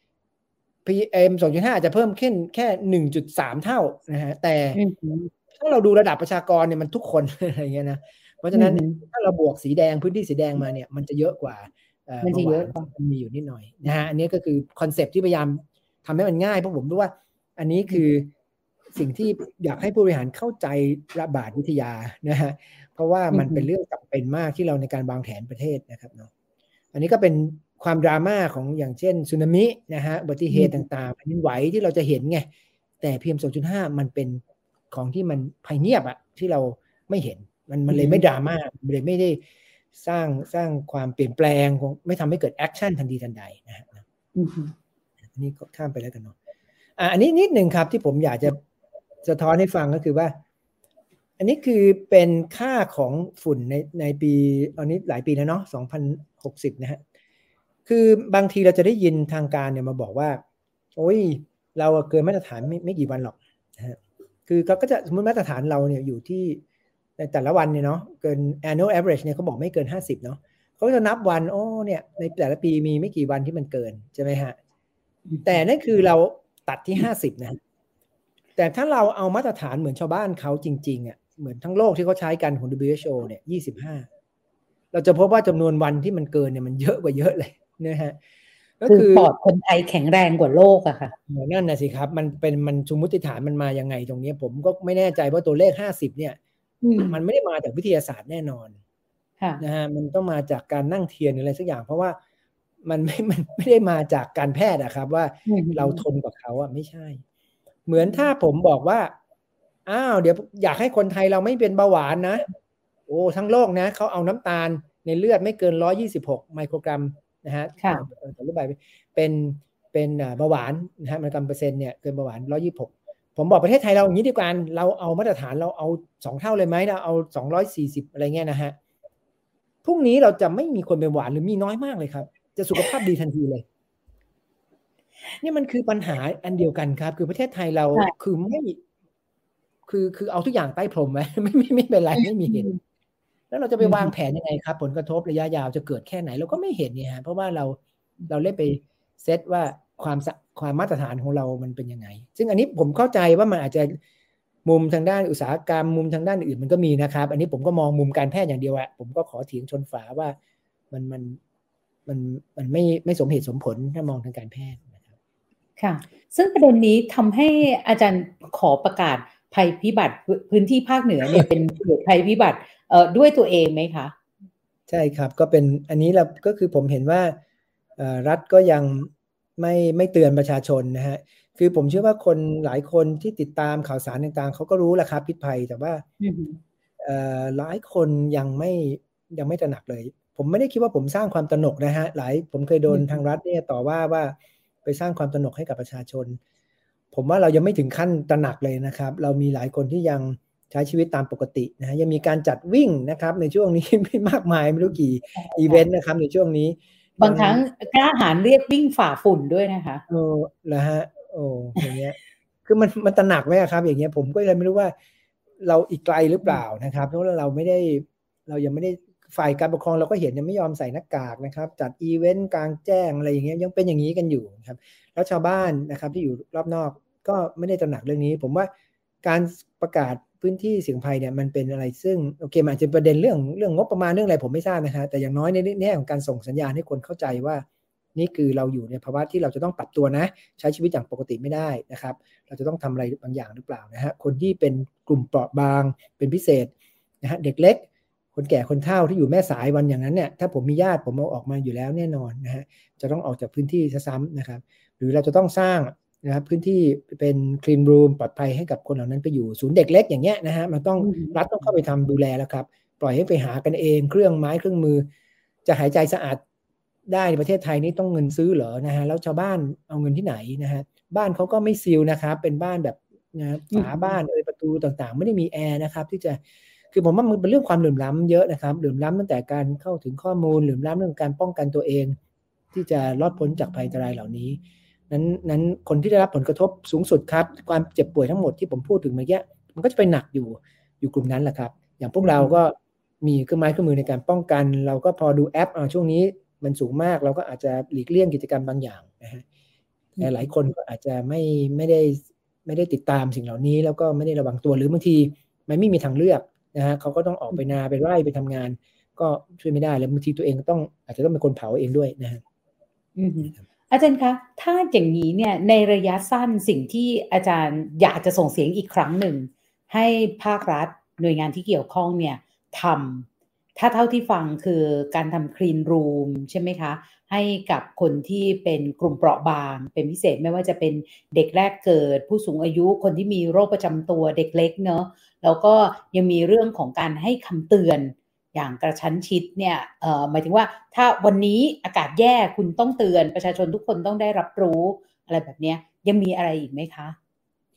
PM 2.5 อาจจะเพิ่มขึ้นแค่ 1.3 เท่านะฮะแต่ถ้าเราดูระดับประชากรเนี่ยมันทุกคนอะไรเงี้ยนะเพราะฉะนั้นถ้าเราบวกสีแดงพื้นที่สีแดงมาเนี่ยมันจะเยอะกว่ามันจะเยอะมันมีอยู่นิดหน่อยนะฮะอันนี้ก็คือคอนเซปต์ที่พยายามทำให้มันง่ายเพราะผมรู้ว่าอันนี้คือสิ่งที่อยากให้ผู้บริหารเข้าใจระบาดวิทยานะฮะเพราะว่ามันเป็นเรื่องจำเป็นมากที่เราในการวางแผนประเทศนะครับเนาะอันนี้ก็เป็นความดราม่าของอย่างเช่นสึนามินะฮะอุบัติเหตุต่างๆแผ่นดินไหวที่เราจะเห็นไงแต่ PM 2.5 มันเป็นของที่มันภัยเงียบอะที่เราไม่เห็นมันเลยไม่ดราม่ามันเลยไม่ได้สร้างความเปลี่ยนแปลงไม่ทำให้เกิดแอคชั่นทันทีทันใดนะฮะอันนี้ก็ข้ามไปแล้วกันเนาะอันนี้นิดหนึ่งครับที่ผมอยากจะสะท้อนให้ฟังก็คือว่าอันนี้คือเป็นค่าของฝุ่นในปีอันนี้หลายปีแล้วเนาะ2060นะฮะคือบางทีเราจะได้ยินทางการเนี่ยมาบอกว่าโอ้ยเราเกินมาตรฐานไม่กี่วันหรอกนะฮะคือเขาก็จะสมมติมาตรฐานเราเนี่ยอยู่ที่ในแต่ละวันเนี่ยเนาะเกิน annual average เนี่ยเขาบอกไม่เกิน50เนาะเขาจะนับวันโอ้เนี่ยในแต่ละปีมีไม่กี่วันที่มันเกินใช่ไหมฮะแต่นั่นคือเราตัดที่50นะแต่ถ้าเราเอามาตรฐานเหมือนชาวบ้านเขาจริงๆอ่ะเหมือนทั้งโลกที่เขาใช้กันของ WHO เนี่ย25เราจะพบว่าจำนวนวันที่มันเกินเนี่ยมันเยอะกว่าเยอะเลยนะฮะก็คือปอดคนไทยแข็งแรงกว่าโลกอะค่ะนั่นนะสิครับมันสมมติฐานมันมายังไงตรงนี้ผมก็ไม่แน่ใจว่าตัวเลข50เนี่ยมันไม่ได้มาจากวิทยาศาสตร์แน่นอนนะฮะมันต้องมาจากการนั่งเทียนอะไรสักอย่างเพราะว่ามันไม่ได้มาจากการแพทย์อะครับว่าเราทนกับเขาอะไม่ใช่เหมือนถ้าผมบอกว่าอ้าวเดี๋ยวอยากให้คนไทยเราไม่เป็นเบาหวานนะโอ้ทั้งโลกนะเขาเอาน้ำตาลในเลือดไม่เกิน126ไมโครกรัมนะฮะต่อรูปแบบเป็นเบาหวานนะฮะมันกรัมเปอร์เซ็นต์เนี่ยเกินเบาหวาน126ผมบอกประเทศไทยเราอย่างนี้ดีกว่าเราเอามาตรฐานเราเอา2เท่าเลยไหมเราเอา240อะไรเงี้ยนะฮะพรุ่งนี้เราจะไม่มีคนเป็นหวานหรือมีน้อยมากเลยครับจะสุขภาพดีทันทีเลยนี่มันคือปัญหาอันเดียวกันครับคือประเทศไทยเราคือไม่คือเอาทุกอย่างใต้พรมไว้ไม่เป็นไรไม่มีเหตุแล้วเราจะไปวางแผนยังไงครับผลกระทบระยะยาวจะเกิดแค่ไหนเราก็ไม่เห็นเนี่ยฮะเพราะว่าเราเล่นไปเซตว่าความมาตรฐานของเรามันเป็นยังไงซึ่งอันนี้ผมเข้าใจว่ามันอาจจะมุมทางด้านอุตสาหกรรมมุมทางด้านอื่นมันก็มีนะครับอันนี้ผมก็มองมุมการแพทย์อย่างเดียวอะผมก็ขอเถียงชนฝาว่ามันไม่สมเหตุสมผลถ้ามองทางการแพทย์นะครับค่ะซึ่งประเด็นนี้ทำให้อาจารย์ขอประกาศภัยพิบัติพื้นที่ภาคเหนือเนี่ยเป็นเกิดภัยพิบัติด้วยตัวเองไหมคะใช่ครับก็เป็นอันนี้เราก็คือผมเห็นว่ารัฐก็ยังไม่เตือนประชาชนนะฮะคือผมเชื่อว่าคนหลายคนที่ติดตามข่าวสารต่างๆเขาก็รู้แหละครับพิษภัยแต่ว่าหลายคนยังไม่ตระหนักเลยผมไม่ได้คิดว่าผมสร้างความตระหนกนะฮะผมเคยโดนทางรัฐเนี่ยต่อว่าไปสร้างความตระหนกให้กับประชาชนผมว่าเรายังไม่ถึงขั้นตระหนักเลยนะครับเรามีหลายคนที่ยังใช้ชีวิตตามปกตินะฮะยังมีการจัดวิ่งนะครับในช่วงนี้ไม่มากมายไม่รู้กี่อีเวนต์นะครับในช่วงนี้บางครั้งกล้าหาญเรียกวิ่งฝ่าฝุ่นด้วยนะคะแล้วฮะอย่างเงี้ยคือมันตระหนักไหมครับอย่างเงี้ยผมก็เลยไม่รู้ว่าเราอีกไกลหรือเปล่านะครับเพราะว่าเรายังไม่ได้ฝ่ายการปกครองเราก็เห็นยังไม่ยอมใส่หน้ากากนะครับจัดอีเวนต์กลางแจ้งอะไรอย่างเงี้ยยังเป็นอย่างนี้กันอยู่ครับแล้วชาวบ้านนะครับที่อยู่รอบนอกก็ไม่ได้ตระหนักเรื่องนี้ผมว่าการประกาศพื้นที่เสี่ยงภัยเนี่ยมันเป็นอะไรซึ่งโอเคมันอาจจะประเด็นเรื่องงบประมาณเรื่องอะไรผมไม่ทราบนะฮะแต่อย่างน้อยในแง่ของการส่งสัญญาณให้คนเข้าใจว่านี่คือเราอยู่ในภาวะที่เราจะต้องปรับตัวนะใช้ชีวิตอย่างปกติไม่ได้นะครับเราจะต้องทำอะไรบางอย่างหรือเปล่านะฮะคนที่เป็นกลุ่มเปราะบางเป็นพิเศษนะฮะเด็กเล็กคนแก่คนเฒ่าที่อยู่แม่สายวันอย่างนั้นเนี่ยถ้าผมมีญาติผมเอาออกมาอยู่แล้วแน่นอนนะฮะจะต้องออกจากพื้นที่ซ้ำนะครับหรือเราจะต้องสร้างนะครับพื้นที่เป็นคลีนรูมปลอดภัยให้กับคนเหล่านั้นไปอยู่ศูนย์เด็กเล็กอย่างเงี้ยนะฮะมันต้องรัฐต้องเข้าไปทำดูแลแล้วครับปล่อยให้ไปหากันเองเครื่องไม้เครื่องมือจะหายใจสะอาดได้ในประเทศไทยนี่ต้องเงินซื้อเหรอนะฮะแล้วชาวบ้านเอาเงินที่ไหนนะฮะบ้านเขาก็ไม่ซีลนะครับเป็นบ้านแบบนะฝาบ้านประตูต่างๆไม่ได้มีแอร์นะครับที่จะคือผมว่ามันเป็นเรื่องความเหลื่อมล้ำเยอะนะครับเหลื่อมล้ำตั้งแต่การเข้าถึงข้อมูลเหลื่อมล้ำเรื่องการป้องกันตัวเองที่จะรอดพ้นจากภัยอันตรายเหล่านี้นั้นคนที่ได้รับผลกระทบสูงสุดครับความเจ็บป่วยทั้งหมดที่ผมพูดถึงเมื่อกี้มันก็จะไปหนักอยู่กลุ่มนั้นแหละครับอย่างพวกเราก็มีเครื่องไม้เครื่องมือในการป้องกันเราก็พอดูแอปช่วงนี้มันสูงมากเราก็อาจจะหลีกเลี่ยงกิจกรรมบางอย่างนะฮะแต่หลายคนก็อาจจะไม่ได้ติดตามสิ่งเหล่านี้แล้วก็ไม่ได้ระวังตัวหรือบางทีมันไม่มีทางเลือกนะฮะเขาก็ต้องออกไปนาไปไร่ไปทำงานก็ช่วยไม่ได้แล้วบางทีตัวเองก็อาจจะต้องเป็นคนเผาเองด้วยนะฮะอาจารย์คะถ้าอย่างนี้เนี่ยในระยะสั้นสิ่งที่อาจารย์อยากจะส่งเสียงอีกครั้งหนึ่งให้ภาครัฐหน่วยงานที่เกี่ยวข้องเนี่ยทำถ้าเท่าที่ฟังคือการทำคลีนรูมใช่ไหมคะให้กับคนที่เป็นกลุ่มเปราะบางเป็นพิเศษไม่ว่าจะเป็นเด็กแรกเกิดผู้สูงอายุคนที่มีโรคประจำตัวเด็กเล็กเนอะแล้วก็ยังมีเรื่องของการให้คำเตือนอย่างกระชั้นชิดเนี่ยหมายถึงว่าถ้าวันนี้อากาศแย่คุณต้องเตือนประชาชนทุกคนต้องได้รับรู้อะไรแบบนี้ยังมีอะไรอีกไหมคะ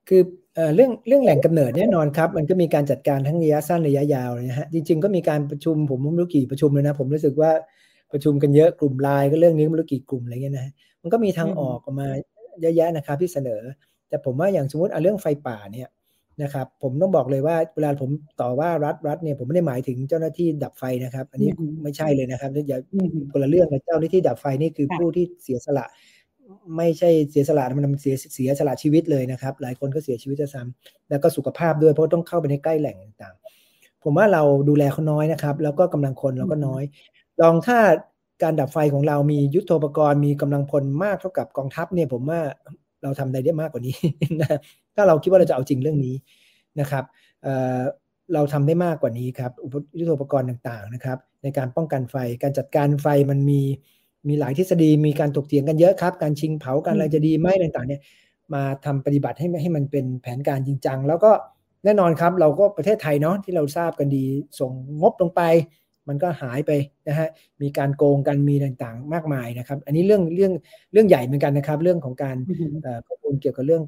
คือเรื่องแหล่งกำเนิดแน่นอนครับมันก็มีการจัดการทั้งระยะสั้นระยะยาวนะฮะจริงๆก็มีการประชุมผมไม่รู้กี่ประชุมเลยนะผมรู้สึกว่าประชุมกันเยอะกลุ่มไลน์ก็เรื่องนี้ไม่รู้กี่กลุ่มอะไรเงี้ยนะมันก็มีทางออกมาเยอะแยะนะครับที่เสนอแต่ผมว่าอย่างสมมติเรื่องไฟป่าเนี่ยนะครับผมต้องบอกเลยว่าเวลาผมต่อว่ารัฐเนี่ยผมไม่ได้หมายถึงเจ้าหน้าที่ดับไฟนะครับอันนี้ไม่ใช่เลยนะครับอย่าคนละเรื่องกับเจ้าหน้าที่ดับไฟนี่คือผู้ที่เสียสละไม่ใช่เสียสละมันเสียสละชีวิตเลยนะครับหลายคนก็เสียชีวิตจะซ้ำแล้วก็สุขภาพด้วยเพราะต้องเข้าไปในใกล้แหล่งต่างๆผมว่าเราดูแลเขาน้อยนะครับแล้วก็กำลังคนเราก็น้อยลองถ้าการดับไฟของเรามียุทโธปกรณ์มีกำลังพลมากเท่ากับกองทัพเนี่ยผมว่าเราทำได้มากกว่านี้นะถ้าเราคิดว่าเราจะเอาจริงเรื่องนี้นะครับเราทำได้มากกว่านี้ครับยุทโธปกรณ์ต่างๆนะครับในการป้องกันไฟการจัดการไฟมันมีหลายทฤษฎีมีการถกเถียงกันเยอะครับการชิงเผาการอะไรจะดีไหมต่างๆเนี่ยมาทำปฏิบัติให้มันเป็นแผนการจริงจังแล้วก็แน่นอนครับเราก็ประเทศไทยเนาะที่เราทราบกันดีส่งงบลงไปมันก็หายไปนะฮะมีการโกงกันมีต่างๆมากมายนะครับอันนี้เรื่องใหญ่เหมือนกันนะครับเรื่องของการข้อมูลเกี่ยวกับเรื่อง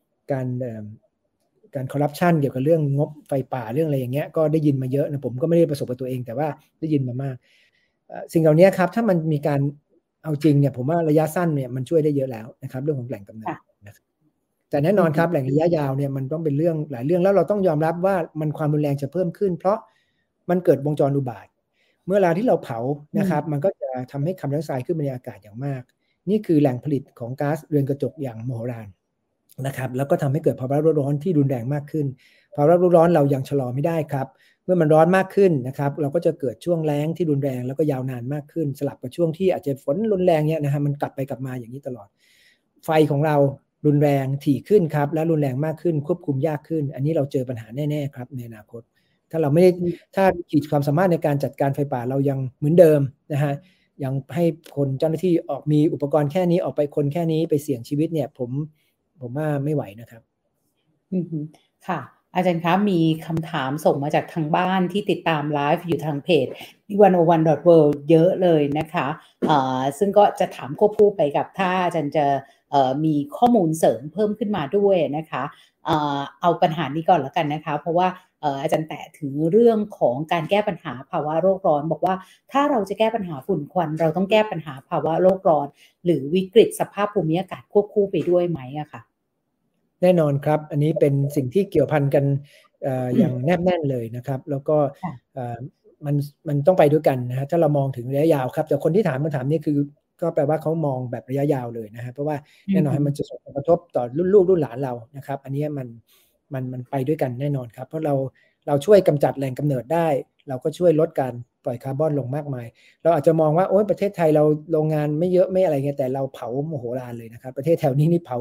การคอร์รัปชันเกี่ยวกับเรื่องงบไฟป่าเรื่องอะไรอย่างเงี้ยก็ได้ยินมาเยอะนะผมก็ไม่ได้ประสบกับตัวเองแต่ว่าได้ยินมามากสิ่งเหล่านี้ครับถ้ามันมีการเอาจริงเนี่ยผมว่าระยะสั้นเนี่ยมันช่วยได้เยอะแล้วนะครับเรื่องของแหล่งกำเนิดนะครับแต่แน่นอนครับแหล่งระยะยาวเนี่ยมันต้องเป็นเรื่องหลายเรื่องแล้วเราต้องยอมรับว่ามันความรุนแรงจะเพิ่มขึ้นเพราะมันเกิดวงจรอุบาทเมื่อเวลาที่เราเผานะครับมันก็จะทำให้คาร์บอนไดออกไซด์ขึ้นไปในอากาศอย่างมากนี่คือแหล่งผลิตของก๊าซเรือนกระจกอย่างมโหฬารนะครับแล้วก็ทำให้เกิดภาวะโลกร้อนที่รุนแรงมากขึ้นภาวะโลกร้อนเรายังชะลอไม่ได้ครับเมื่อมันร้อนมากขึ้นนะครับเราก็จะเกิดช่วงแล้งที่รุนแรงแล้วก็ยาวนานมากขึ้นสลับกับช่วงที่อาจจะฝนรุนแรงเนี่ยนะฮะมันกลับไปกลับมาอย่างนี้ตลอดไฟของเรารุนแรงถี่ขึ้นครับและรุนแรงมากขึ้นควบคุมยากขึ้นอันนี้เราเจอปัญหาแน่ๆครับในอนาคตถ้าเราไม่ได้ถ้าขีดความสามารถในการจัดการไฟป่าเรายังเหมือนเดิมนะฮะยังให้คนเจ้าหน้าที่ออกมีอุปกรณ์แค่นี้ออกไปคนแค่นี้ไปเสี่ยงชีวิตเนี่ยผมว่าไม่ไหวนะครับค่ะอาจารย์คะมีคำถามส่งมาจากทางบ้านที่ติดตามไลฟ์อยู่ทางเพจ 101.world เยอะเลยนะคะซึ่งก็จะถามควบคู่ไปกับถ้าอาจารย์จะมีข้อมูลเสริมเพิ่มขึ้นมาด้วยนะคะเอาปัญหานี้ก่อนแล้วกันนะคะเพราะว่าอาจารย์แตะถึงเรื่องของการแก้ปัญหาภาวะโลกร้อนบอกว่าถ้าเราจะแก้ปัญหาฝุ่นควันเราต้องแก้ปัญหาภาวะโลกร้อนหรือวิกฤตสภาพภูมิอากาศควบคู่ไปด้วยไหมอะค่ะแน่นอนครับอันนี้เป็นสิ่งที่เกี่ยวพันกันอย่างแนบแน่นเลยนะครับแล้วก็มันต้องไปด้วยกันนะฮะถ้าเรามองถึงระยะยาวครับแต่คนที่ถามคำถามนี้คือก็แปลว่าเขามองแบบระยะยาวเลยนะฮะเพราะว่าแน่นอนมันจะส่งผลกระทบต่อรุ่นลูกรุ่นหลานเรานะครับอันนี้มันไปด้วยกันแน่นอนครับเพราะเราช่วยกำจัดแหล่งกำเนิดได้เราก็ช่วยลดการปล่อยคาร์บอนลงมากมายเราอาจจะมองว่าโอ้ยประเทศไทยเราโรงงานไม่เยอะไม่อะไรเงี้ยแต่เราเผาโมโหฬารเลยนะครับประเทศแถวนี้นี่เผา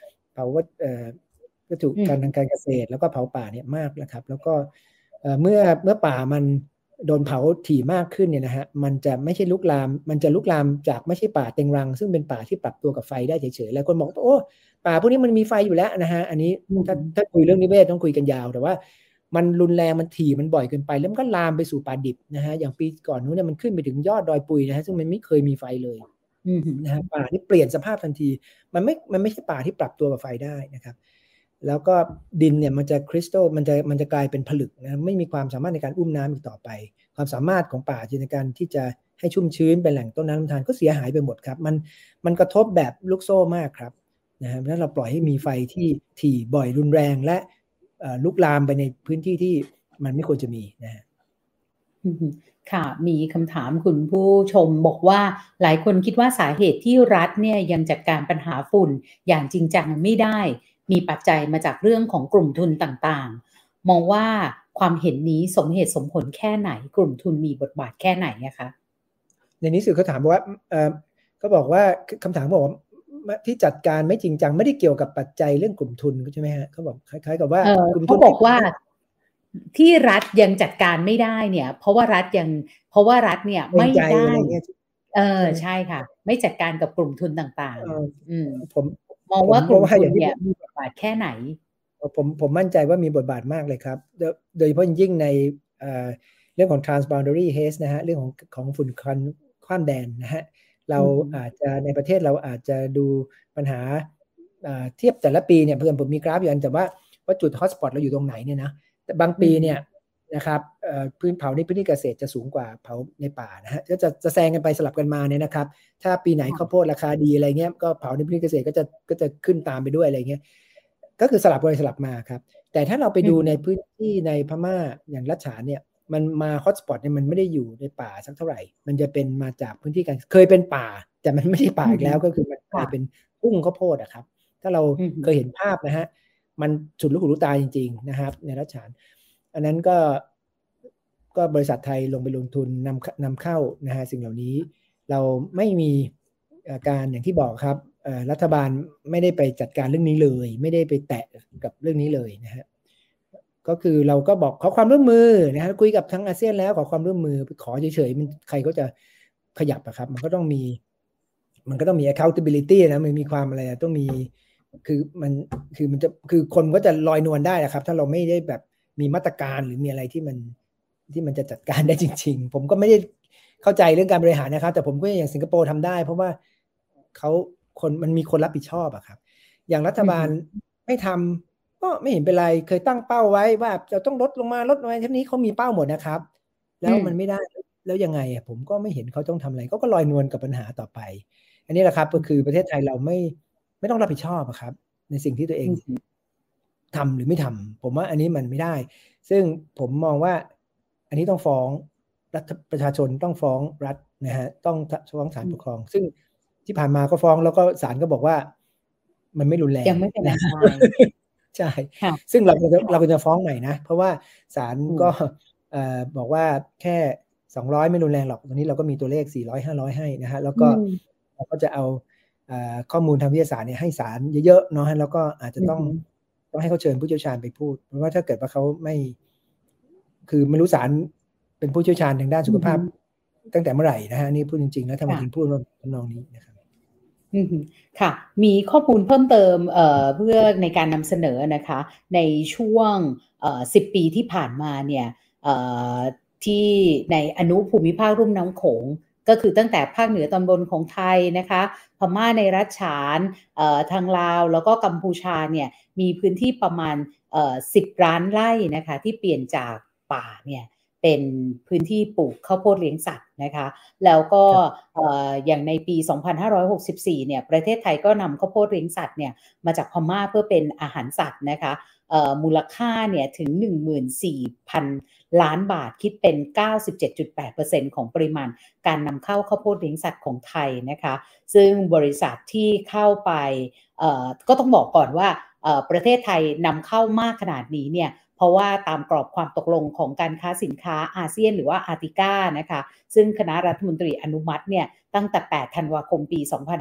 วัตถุการทางการเกษตรแล้วก็เผาป่าเนี่ยมากนะครับแล้วก็เมื่อป่ามันโดนเผาถี่มากขึ้นเนี่ยนะฮะมันจะไม่ใช่ลุกลามมันจะลุกลามจากไม่ใช่ป่าเต็งรังซึ่งเป็นป่าที่ปรับตัวกับไฟได้เฉยๆแล้วคนบอกโอ้ป่าพวกนี้มันมีไฟอยู่แล้วนะฮะอันนี้ถ้าคุยเรื่องนิเวศต้องคุยกันยาวแต่ว่ามันรุนแรงมันถี่มันบ่อยเกินไปแล้วมันก็ลามไปสู่ป่าดิบนะฮะอย่างปีก่อนนู้นเนี่ยมันขึ้นไปถึงยอดดอยปุยนะฮะซึ่งมันไม่เคยมีไฟเลยนะฮะป่าที่เปลี่ยนสภาพทันทีมันไม่ใช่ป่าที่ปรับตัวกับไฟได้นะครับแล้วก็ดินเนี่ยมันจะคริสตัลมันจะกลายเป็นผลึกนะไม่มีความสามารถในการอุ้มน้ำอีกต่อไปความสามารถของป่าในการที่จะให้ชุ่มชื้นเป็นแหล่งต้นน้ำลำธารก็เสียหายไปหมดครับมันกระทบแบบลูกโซ่มากครับนะฮะถ้าเราปล่อยให้มีไฟที่ถี่บ่อยรุนแรงและลุกลามไปในพื้นที่ที่มันไม่ควรจะมีนะฮะค่ะมีคำถามคุณผู้ชมบอกว่าหลายคนคิดว่าสาเหตุที่รัฐเนี่ยยังจัดการปัญหาฝุ่นอย่างจริงจังไม่ได้มีปัจจัยมาจากเรื่องของกลุ่มทุนต่างๆมองว่าความเห็นนี้สมเหตุสมผลแค่ไหนกลุ่มทุนมีบทบาทแค่ไหนนะคะในนี้สื่อเขาถามว่าก็บอกว่าคำถามบอกว่าที่จัดการไม่จริงจังไม่ได้เกี่ยวกับปัจจัยเรื่องกลุ่มทุนใช่ไหมฮะเขาบอกคล้ายๆกับว่ากลุ่มทุนเขาบอกว่าที่รัฐยังจัดการไม่ได้เนี่ยเพราะว่ารัฐเนี่ยไม่ได้ใช่ค่ะไม่จัดการกับกลุ่มทุนต่างๆผมมองว่ากลุ่มทุนเนี่ยมีบทบาทแค่ไหนผมมั่นใจว่ามีบทบาทมากเลยครับโดยเฉพาะยิ่งในเรื่องของ transboundary haze นะฮะเรื่องของฝุ่นควันข้ามแดนนะฮะเราอาจจะในประเทศเราอาจจะดูปัญหาเทียบแต่ละปีเนี่ยเพื่อนผมมีกราฟอยู่อันแต่ว่าจุดฮอตสปอตเราอยู่ตรงไหนเนี่ยนะแต่บางปีเนี่ยนะครับพื้นเผาในพื้นที่เกษตรจะสูงกว่าเผาในป่านะฮะก็จะแซงกันไปสลับกันมาเนี่ยนะครับถ้าปีไหนข้าวโพดราคาดีอะไรเงี้ยก็เผาในพื้นที่เกษตรก็จะขึ้นตามไปด้วยอะไรเงี้ยก็คือสลับไปสลับมาครับแต่ถ้าเราไปดูในพื้นที่ในพม่าอย่างลัดฉานเนี่ยมันมาฮอตสปอตเนี่ยมันไม่ได้อยู่ในป่าสักเท่าไหร่มันจะเป็นมาจากพื้นที่กันเคยเป็นป่าแต่มันไม่ใช่ป่าอีกแล้วก็คือมันกลายเป็นทุ่งข้าวโพดอะครับถ้าเราเคยเห็นภาพนะฮะมันสุดลูกหูลูกตาจริงๆนะครับในลัดฉานอันนั้นก็บริษัทไทยลงไปลงทุนนำเข้านะฮะสิ่งเหล่านี้เราไม่มีการอย่างที่บอกครับรัฐบาลไม่ได้ไปจัดการเรื่องนี้เลยไม่ได้ไปแตะกับเรื่องนี้เลยนะฮะก็คือเราก็บอกขอความร่วมมือนะฮะคุยกับทั้งอาเซียนแล้วขอความร่วมมือขอเฉยๆมันใครก็จะขยับอะครับมันก็ต้องมี accountability นะมันมีความอะไรต้องมีคือคนก็จะลอยนวลได้นะครับถ้าเราไม่ได้แบบมีมาตรการหรือมีอะไรที่มันจะจัดการได้จริงๆผมก็ไม่ได้เข้าใจเรื่องการบริหารนะครับแต่ผมก็อย่างสิงคโปร์ทำได้เพราะว่ามันมีคนรับผิดชอบอะครับอย่างรัฐบาลไม่ทำก็ไม่เห็นเป็นไรเคยตั้งเป้าไว้ว่าจะต้องลดลงมาทีนี้เขามีเป้าหมดนะครับแล้วมันไม่ได้แล้วยังไงผมก็ไม่เห็นเขาต้องทำอะไรก็ลอยนวลกับปัญหาต่อไปอันนี้แหละครับก็คือประเทศไทยเราไม่ต้องรับผิดชอบครับในสิ่งที่ตัวเองทำหรือไม่ทำผมว่าอันนี้มันไม่ได้ซึ่งผมมองว่าอันนี้ต้องฟ้องรัฐประชาชนต้องฟ้องรัฐนะฮะต้องฟ้องศาลปกครองซึ่งที่ผ่านมาก็ฟ้องแล้วก็ศาลก็บอกว่ามันไม่รุนแรงยังไม่เป็นไรใช่ซึ่งเราจะฟ้องใหม่นะเพราะว่าศาลก็บอกว่าแค่200ไม่รุนแรงหรอกตอนนี้เราก็มีตัวเลข400 500ให้นะฮะแล้วก็เราก็จะเอาข้อมูลทางวิทยาศาสตร์เนี่ยให้ศาลเยอะๆเนาะแล้วก็อาจจะต้องให้เขาเชิญผู้เชี่ยวชาญไปพูดเพราะว่าถ้าเกิดว่าเขาไม่คือไม่รู้ศาลเป็นผู้เชี่ยวชาญทางด้านสุขภาพตั้งแต่เมื่อไหร่นะฮะนี่พูดจริงๆแล้วทำไมถึงพูดว่าทำนองนี้นะครับค่ะมีข้อมูลเพิ่มเติมเพื่อในการนำเสนอนะคะในช่วง10 ปีที่ผ่านมาเนี่ยที่ในอนุภูมิภาคลุ่มน้ำโขงก็คือตั้งแต่ภาคเหนือตอนบนของไทยนะคะพม่าในรัฐฉานทางลาวแล้วก็กัมพูชาเนี่ยมีพื้นที่ประมาณ10 ล้านไร่นะคะที่เปลี่ยนจากป่าเนี่ยเป็นพื้นที่ปลูกข้าวโพดเลี้ยงสัตว์นะคะแล้วก็อย่างในปี 2564 เนี่ยประเทศไทยก็นำข้าวโพดเลี้ยงสัตว์เนี่ยมาจากพม่าเพื่อเป็นอาหารสัตว์นะคะมูลค่าเนี่ยถึง 14,000 ล้านบาทคิดเป็น 97.8% ของปริมาณการนำเข้าข้าวโพดเลี้ยงสัตว์ของไทยนะคะซึ่งบริษัทที่เข้าไปก็ต้องบอกก่อนว่าประเทศไทยนำเข้ามากขนาดนี้เนี่ยเพราะว่าตามกรอบความตกลงของการค้าสินค้าอาเซียนหรือว่าอาติก้านะคะซึ่งคณะรัฐมนตรีอนุมัติเนี่ยตั้งแต่8 ธันวาคมปี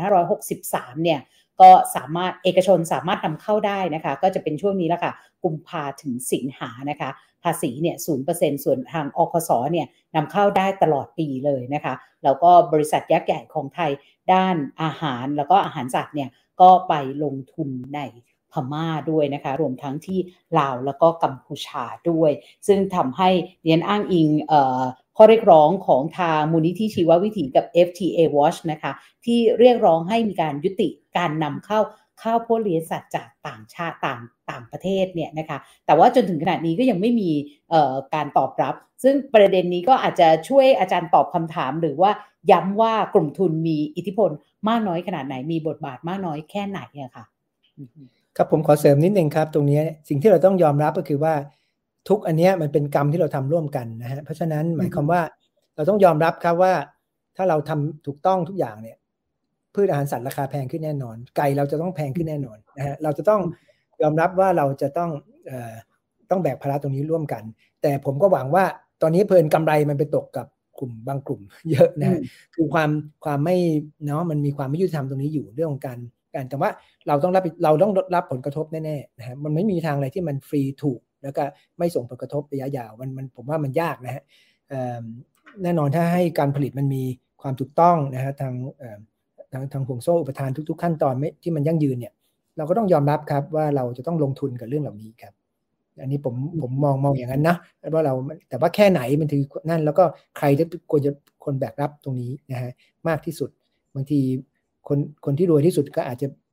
2563 เนี่ยก็สามารถเอกชนสามารถนำเข้าได้นะคะก็จะเป็นช่วงนี้แล้วค่ะกุมภาถึงสิงหานะคะภาษีเนี่ย 0% ส่วนทางอคสเนี่ยนำเข้าได้ตลอดปีเลยนะคะแล้วก็บริษัทยักษ์ใหญ่ของไทยด้านอาหารแล้วก็อาหารสัตว์เนี่ยก็ไปลงทุนในพม่าด้วยนะคะรวมทั้งที่ลาวแล้วก็กัมพูชาด้วยซึ่งทำให้เรียนอ้างอิงข้อเรียกร้องของทางมูลนิธิชีววิถีกับ FTA Watch นะคะที่เรียกร้องให้มีการยุติการนำเข้าข้าวโพดเลี้ยงสัตว์จากต่างชาติต่างประเทศเนี่ยนะคะแต่ว่าจนถึงขณะนี้ก็ยังไม่มีการตอบรับซึ่งประเด็นนี้ก็อาจจะช่วยอาจารย์ตอบคำถามหรือว่าย้ำว่ากลุ่มทุนมีอิทธิพลมากน้อยขนาดไหนมีบทบาทมากน้อยแค่ไหนอะค่ะครับผมขอเสริมนิดนึงครับตรงนี้สิ่งที่เราต้องยอมรับก็คือว่าทุกอันนี้มันเป็นกรรมที่เราทำร่วมกันนะฮะเพราะฉะนั้นหมายความว่าเราต้องยอมรับครับว่าถ้าเราทำถูกต้องทุกอย่างเนี่ยพืชอาหารสัตว์ราคาแพงขึ้นแน่นอนไก่เราจะต้องแพงขึ้นแน่นอนนะฮะเราจะต้องยอมรับว่าเราจะต้องแบกภาระตรงนี้ร่วมกันแต่ผมก็หวังว่าตอนนี้เพลินกำไรมันไปตกกับกลุ่มบางกลุ่มเยอะนะคือความไม่เนาะมันมีความไม่ยุติธรรมตรงนี้อยู่เรื่องของการแต่ว่าเราต้องรับผลกระทบแน่ๆนะฮะมันไม่มีทางอะไรที่มันฟรีถูกแล้วก็ไม่ส่งผลกระทบระยะยาวมันผมว่ามันยากนะฮะแน่นอนถ้าให้การผลิตมันมีความถูกต้องนะฮะทางห่วงโซ่อุปทานทุกๆขั้นตอนที่มันยั่งยืนเนี่ยเราก็ต้องยอมรับครับว่าเราจะต้องลงทุนกับเรื่องเหล่านี้ครับอันนี้ผมมองอย่างนั้นนะว่าเราแต่ว่าแค่ไหนมันถือนั่นแล้วก็ใครจะควรจะคนแบกรับตรงนี้นะฮะมากที่สุดบางทีคนที่รวยที่สุดก็อาจจะ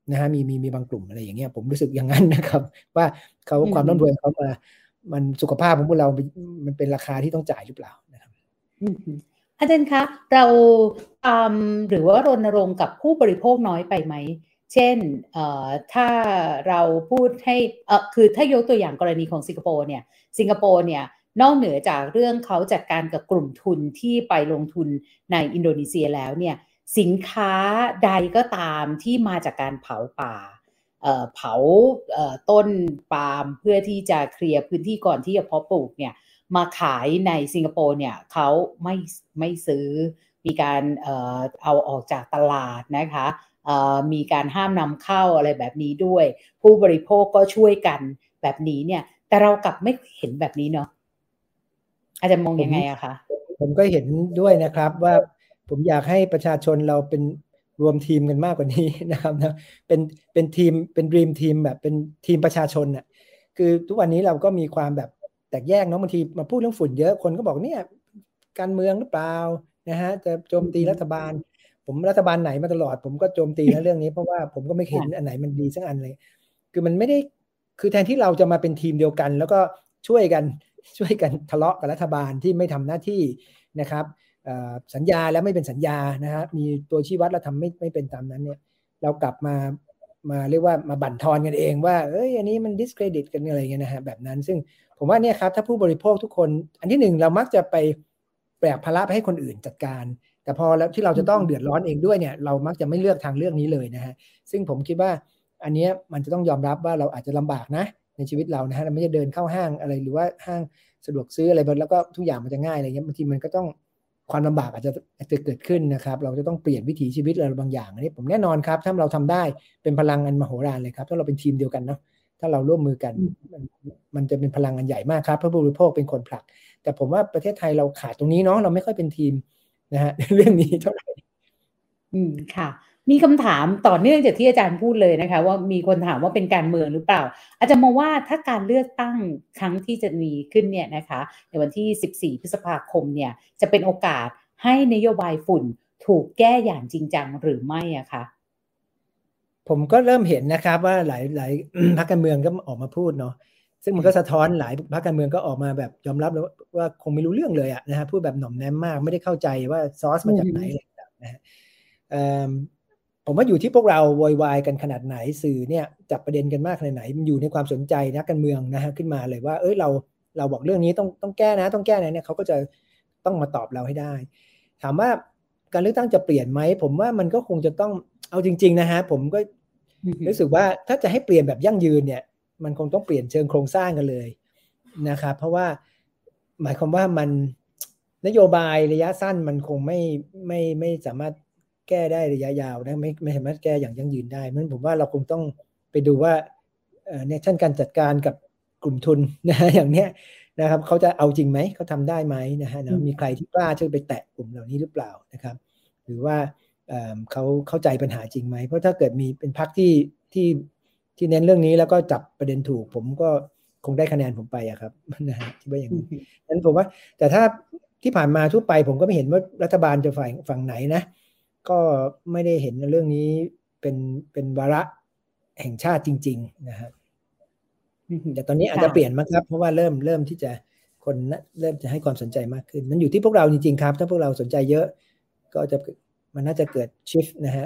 นะฮะมีบางกลุ่มอะไรอย่างเงี้ยผมรู้สึกอย่างนั้นนะครับว่าเขาความร่ำรวยเขามามันสุขภาพของพวกเรามันเป็นราคาที่ต้องจ่ายหรือเปล่านะครับอาจารย์คะเราหรือว่ารณรงค์กับผู้บริโภคน้อยไปไหมเช่นถ้าเราพูดให้คือถ้ายกตัวอย่างกรณีของสิงคโปร์เนี่ยนอกเหนือจากเรื่องเขาจัดการกับกลุ่มทุนที่ไปลงทุนในอินโดนีเซียแล้วเนี่ยสินค้าใดก็ตามที่มาจากการเผาป่าเผาต้นปาล์มเพื่อที่จะเคลียร์พื้นที่ก่อนที่จะเพาะปลูกเนี่ยมาขายในสิงคโปร์เนี่ยเขาไม่ซื้อมีการเอาออกจากตลาดนะคะมีการห้ามนำเข้าอะไรแบบนี้ด้วยผู้บริโภคก็ช่วยกันแบบนี้เนี่ยแต่เรากลับไม่เห็นแบบนี้เนาะอาจารย์มองยังไงอะคะผมก็เห็นด้วยนะครับว่าผมอยากให้ประชาชนเราเป็นรวมทีมกันมากกว่านี้นะครับนะเป็นทีมเป็นดรีมทีมแบบเป็นทีมประชาชนน่ะคือทุกวันนี้เราก็มีความแบบแตกแยกเนาะบางทีมาพูดเรื่องฝุ่นเยอะคนก็บอกเนี่ยการเมืองหรือเปล่านะฮะจะโจมตีรัฐบาลผมรัฐบาลไหนมาตลอดผมก็โจมตีนะเรื่องนี้เพราะว่าผมก็ไม่เห็นอันไหนมันดีสักอันเลยคือมันไม่ได้คือแทนที่เราจะมาเป็นทีมเดียวกันแล้วก็ช่วยกันทะเลาะกับรัฐบาลที่ไม่ทำหน้าที่นะครับสัญญาแล้วไม่เป็นสัญญานะฮะมีตัวชี้วัดแล้วทำไม่เป็นตามนั้นเนี่ยเรากลับมาเรียกว่ามาบั่นทอนกันเองว่าเอ้ยอันนี้มัน discredit กันอะไรเงี้ยนะฮะแบบนั้นซึ่งผมว่าเนี่ยครับถ้าผู้บริโภคทุกคนอันที่หนึ่งเรามักจะไปแบกภาระไปให้คนอื่นจัดการแต่พอแล้วที่เราจะต้องเดือดร้อนเองด้วยเนี่ยเรามักจะไม่เลือกทางเลือกนี้เลยนะฮะซึ่งผมคิดว่าอันนี้มันจะต้องยอมรับว่าเราอาจจะลำบากนะในชีวิตเรานะฮะเราไม่ได้เดินเข้าห้างอะไรหรือว่าห้างสะดวกซื้ออะไรแล้วก็ทุกอย่างมันจะง่ายอะไรเงี้ยบางทีมันก็ต้องความลำบากอาจจะเกิดขึ้นนะครับเราจะต้องเปลี่ยนวิถีชีวิตอะไรบางอย่างอันนี้ผมแน่นอนครับถ้าเราทำได้เป็นพลังอันมโหฬารเลยครับถ้าเราเป็นทีมเดียวกันเนาะถ้าเราร่วมมือกันมันจะเป็นพลังอันใหญ่มากครับเพราะผู้บริโภคเป็นคนผลักแต่ผมว่าประเทศไทยเราขาดตรงนี้เนาะเราไม่ค่อยเป็นทีมนะฮะเรื่องนี้เท่าไหร่ค่ะมีคำถามต่อเนื่องจากที่อาจารย์พูดเลยนะคะว่ามีคนถามว่าเป็นการเมืองหรือเปล่าอาจารย์มองว่าถ้าการเลือกตั้งครั้งที่จะมีขึ้นเนี่ยนะคะในวันที่14พฤษภาคมเนี่ยจะเป็นโอกาสให้นโยบายฝุ่นถูกแก้อย่างจริงจังหรือไม่อะคะผมก็เริ่มเห็นนะครับว่าหลายพรรคการเมืองก็ออกมาพูดเนาะซึ่งมันก็สะท้อนหลายพรรคการเมืองก็ออกมาแบบยอมรับแล้วว่าคงไม่รู้เรื่องเลยอะนะฮะพูดแบบหน่อมแนมมากไม่ได้เข้าใจว่าซอสมาจากไหนอะไรต่างๆนะฮะผมว่าอยู่ที่พวกเราโวยวายกันขนาดไหนสื่อเนี่ยจับประเด็นกันมากขนาดไหนมันอยู่ในความสนใจนักการเมืองนะฮะขึ้นมาเลยว่าเราบอกเรื่องนี้ต้องแก้นะต้องแก้นะเนี่ยเขาก็จะต้องมาตอบเราให้ได้ถามว่าการเลือกตั้งจะเปลี่ยนไหมผมว่ามันก็คงจะต้องเอาจริงๆนะฮะผมก็รู้สึกว่าถ้าจะให้เปลี่ยนแบบยั่งยืนเนี่ยมันคงต้องเปลี่ยนเชิงโครงสร้างกันเลยนะครับเพราะว่าหมายความว่ามันนโยบายระยะสั้นมันคงไม่สามารถแก้ได้ระยะยาวนะไม่สามารถแก้อย่างยั่งยืนได้เพราะฉะนั้นผมว่าเราคงต้องไปดูว่าเนี่ยเช่นการจัดการกับกลุ่มทุนนะอย่างเนี้ยนะครับเขาจะเอาจริงไหมเขาทำได้ไหมนะฮะมีใครที่กล้าจะไปแตะกลุ่มเหล่านี้หรือเปล่านะครับหรือว่าเขาเข้าใจปัญหาจริงไหมเพราะถ้าเกิดมีเป็นพรรคที่เน้นเรื่องนี้แล้วก็จับประเด็นถูกผมก็คงได้คะแนนผมไปอะครับนะฮะที่ว่าอย่างนี้นั้นผมว่าแต่ถ้าที่ผ่านมาทั่วไปผมก็ไม่เห็นว่ารัฐบาลจะฝั่งไหนนะก็ไม่ได้เห็นเรื่องนี้เป็นวาระแห่งชาติจริงๆนะฮะแต่ตอนนี้อาจจะเปลี่ยนมั้งครับเพราะว่าเริ่มที่จะคนเริ่มจะให้ความสนใจมากขึ้นมันอยู่ที่พวกเราจริงๆครับถ้าพวกเราสนใจเยอะก็จะมันน่าจะเกิดชิฟต์นะฮะ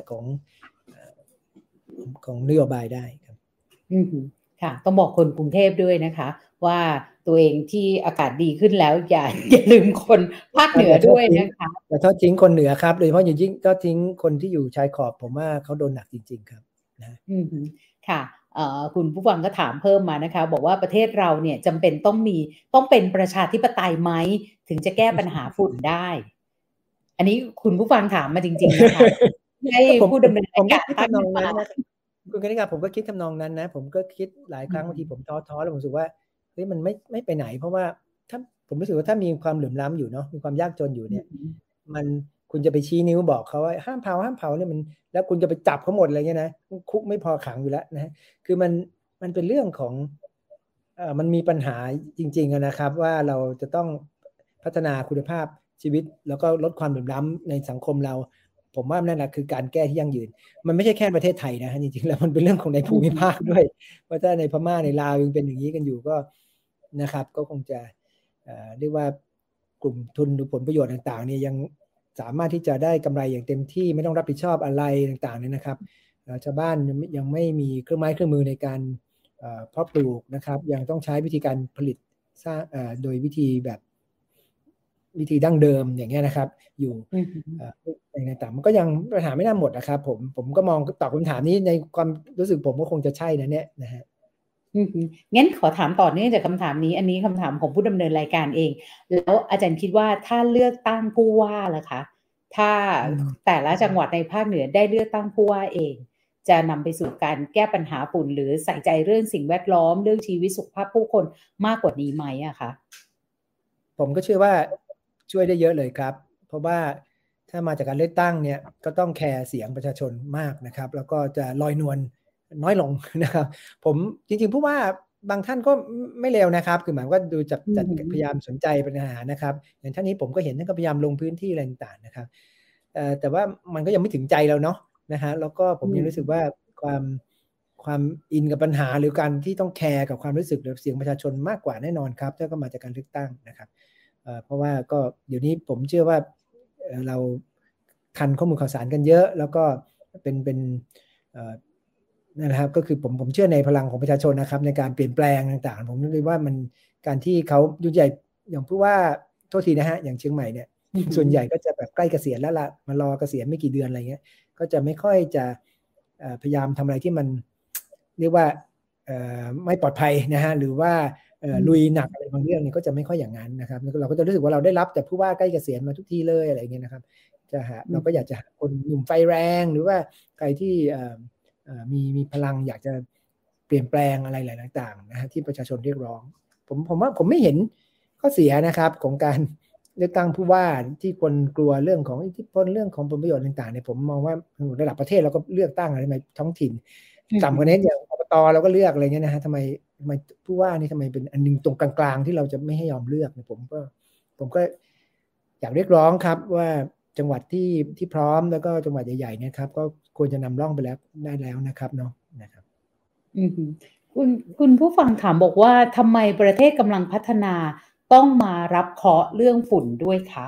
ของนโยบายได้ครับค่ะต้องบอกคนกรุงเทพด้วยนะคะว่าตัวเองที่อากาศดีขึ้นแล้วอย่าลืมคนภาคเหนือด้วยนะคะแต่ทอดทิ้งคนเหนือครับโดยเฉพาะอย่างยิ่งทอดทิ้งคนที่อยู่ชายขอบผมว่าเขาโดนหนักจริงๆครับนะค่ะคุณผู้ฟังก็ถามเพิ่มมานะคะบอกว่าประเทศเราเนี่ยจำเป็นต้องเป็นประชาธิปไตยไหมถึงจะแก้ปัญหาฝุ่นได้ อันนี้คุณผู้ฟังถามมาจริงๆนะคะให้ผู้ดำเนินรายการตั้งมาคุณกนิกาผมก็คิดทำนองนั้นนะผมก็คิดหลายครั้งบางทีผมท้อแล้วผมรู้สึกว่าเฮ้ยมันไม่ไปไหนเพราะว่าถ้าผมรู้สึกว่าถ้ามีความเหลื่อมล้ำอยู่เนาะมีความยากจนอยู่เนี่ยมันคุณจะไปชี้นิ้วบอกเขาว่าห้ามเผาเนี่ยมันแล้วคุณจะไปจับเขาหมดอะไรเงี้ยนะคุกไม่พอขังอยู่แล้วนะคือมันเป็นเรื่องของมันมีปัญหาจริงๆนะครับว่าเราจะต้องพัฒนาคุณภาพชีวิตแล้วก็ลดความเหลื่อมล้ำในสังคมเราผมว่านั่นแหละคือการแก้ที่ยั่งยืนมันไม่ใช่แค่ประเทศไทยนะจริงๆแล้วมันเป็นเรื่องของในภูมิภาคด้วยว่าถ้าในพม่าในลาวยังเป็นอย่างนี้กันอยู่ก็นะครับก็คงจะเรียกว่ากลุ่มทุนหรือผลประโยชน์ต่างๆเนี่ยยังสามารถที่จะได้กำไรอย่างเต็มที่ไม่ต้องรับผิดชอบอะไรต่างๆเนี่ยนะครับชาวบ้านยังไม่มีเครื่องไม้เครื่องมือในการเพาะปลูกนะครับยังต้องใช้วิธีการผลิตสร้างโดยวิธีดั้งเดิมอย่างเงี้ยนะครับอยู่ในต่างมันก็ยังปัญหาไม่น่าหมดนะครับผมก็มองตอบคำถามนี้ในความรู้สึกผมก็คงจะใช่นะฮะงั้นขอถามต่อเนื่องจากคำถามนี้อันนี้คำถามของผู้ดำเนินรายการเองแล้วอาจารย์คิดว่าถ้าเลือกตั้งผู้ว่าล่ะคะถ้าแต่ละจังหวัดในภาคเหนือได้เลือกตั้งผู้ว่าเองจะนำไปสู่การแก้ปัญหาฝุ่นหรือใส่ใจเรื่องสิ่งแวดล้อมเรื่องชีวิตสุขภาพผู้คนมากกว่านี้ไหมอะคะผมก็เชื่อว่าช่วยได้เยอะเลยครับเพราะว่าถ้ามาจากการเลือกตั้งเนี่ยก็ต้องแคร์เสียงประชาชนมากนะครับแล้วก็จะลอยนวลน้อยลงนะครับผมจริงๆผู้ว่าบางท่านก็ไม่เลวนะครับคือหมายว่าดูจากพยายามสนใจปัญหานะครับอย่างท่านนี้ผมก็เห็นท่านก็พยายามลงพื้นที่อะไรต่างๆนะครับแต่ว่ามันก็ยังไม่ถึงใจเราเนาะนะฮะแล้วก็ผมยังรู้สึกว่าความอินกับปัญหาหรือการที่ต้องแคร์กับความรู้สึกหรือเสียงประชาชนมากกว่าแน่นอนครับถ้าก็มาจากการเลือกตั้งนะครับเพราะว่าก็เดี๋ยวนี้ผมเชื่อว่าเราทันข้อมูลข่าวสารกันเยอะแล้วก็เป็นนั่นแหละครับก็คือผมเชื่อในพลังของประชาชนนะครับในการเปลี่ยนแปลงต่างๆผมนึกว่ามันการที่เขายุ่งใหญ่อย่างผู้ว่าโทษทีนะฮะอย่างเชียงใหม่เนี่ยส่วนใหญ่ก็จะแบบใกล้เกษียณแล้วล่ะมารอเกษียณไม่กี่เดือนอะไรเงี้ยก็จะไม่ค่อยจะพยายามทำอะไรที่มันเรียกว่าไม่ปลอดภัยนะฮะหรือว่าลุยหนักอะไรบางเรื่องนี่ก็จะไม่ค่อยอย่างนั้นนะครับเราก็จะรู้สึกว่าเราได้รับแต่ผู้ว่าใกล้เกษียณมาทุกทีเลยอะไรเงี้ยนะครับเราก็อยากจะหาคนหนุ่มไฟแรงหรือว่าใครที่มีพลังอยากจะเปลี่ยนแปลงอะไรหลายต่างๆนะฮะที่ประชาชนเรียกร้องผมว่าผมไม่เห็นข้อเสียนะครับของการเลือกตั้งผู้ว่าที่คนกลัวเรื่องของอิทธิพลเรื่องของผลประโยชน์ต่างๆเนี่ยผมมองว่าระดับประเทศเราก็เลือกตั้งอะไรในท้องถิ่นต่ำกว่านี้อย่างอบตเราก็เลือกอะไรเงี้ยนะฮะทำไมผู้ว่านี่ทำไมเป็นอันนึงตรงกลางๆที่เราจะไม่ให้ยอมเลือกผมก็อยากเรียกร้องครับว่าจังหวัดที่พร้อมแล้วก็จังหวัดใหญ่ๆเนี่ยครับก็ควรจะนำร่องไปแล้วได้แล้วนะครับเนาะนะครับคุณผู้ฟังถามบอกว่าทำไมประเทศกำลังพัฒนาต้องมารับเคราะห์เรื่องฝุ่นด้วยคะ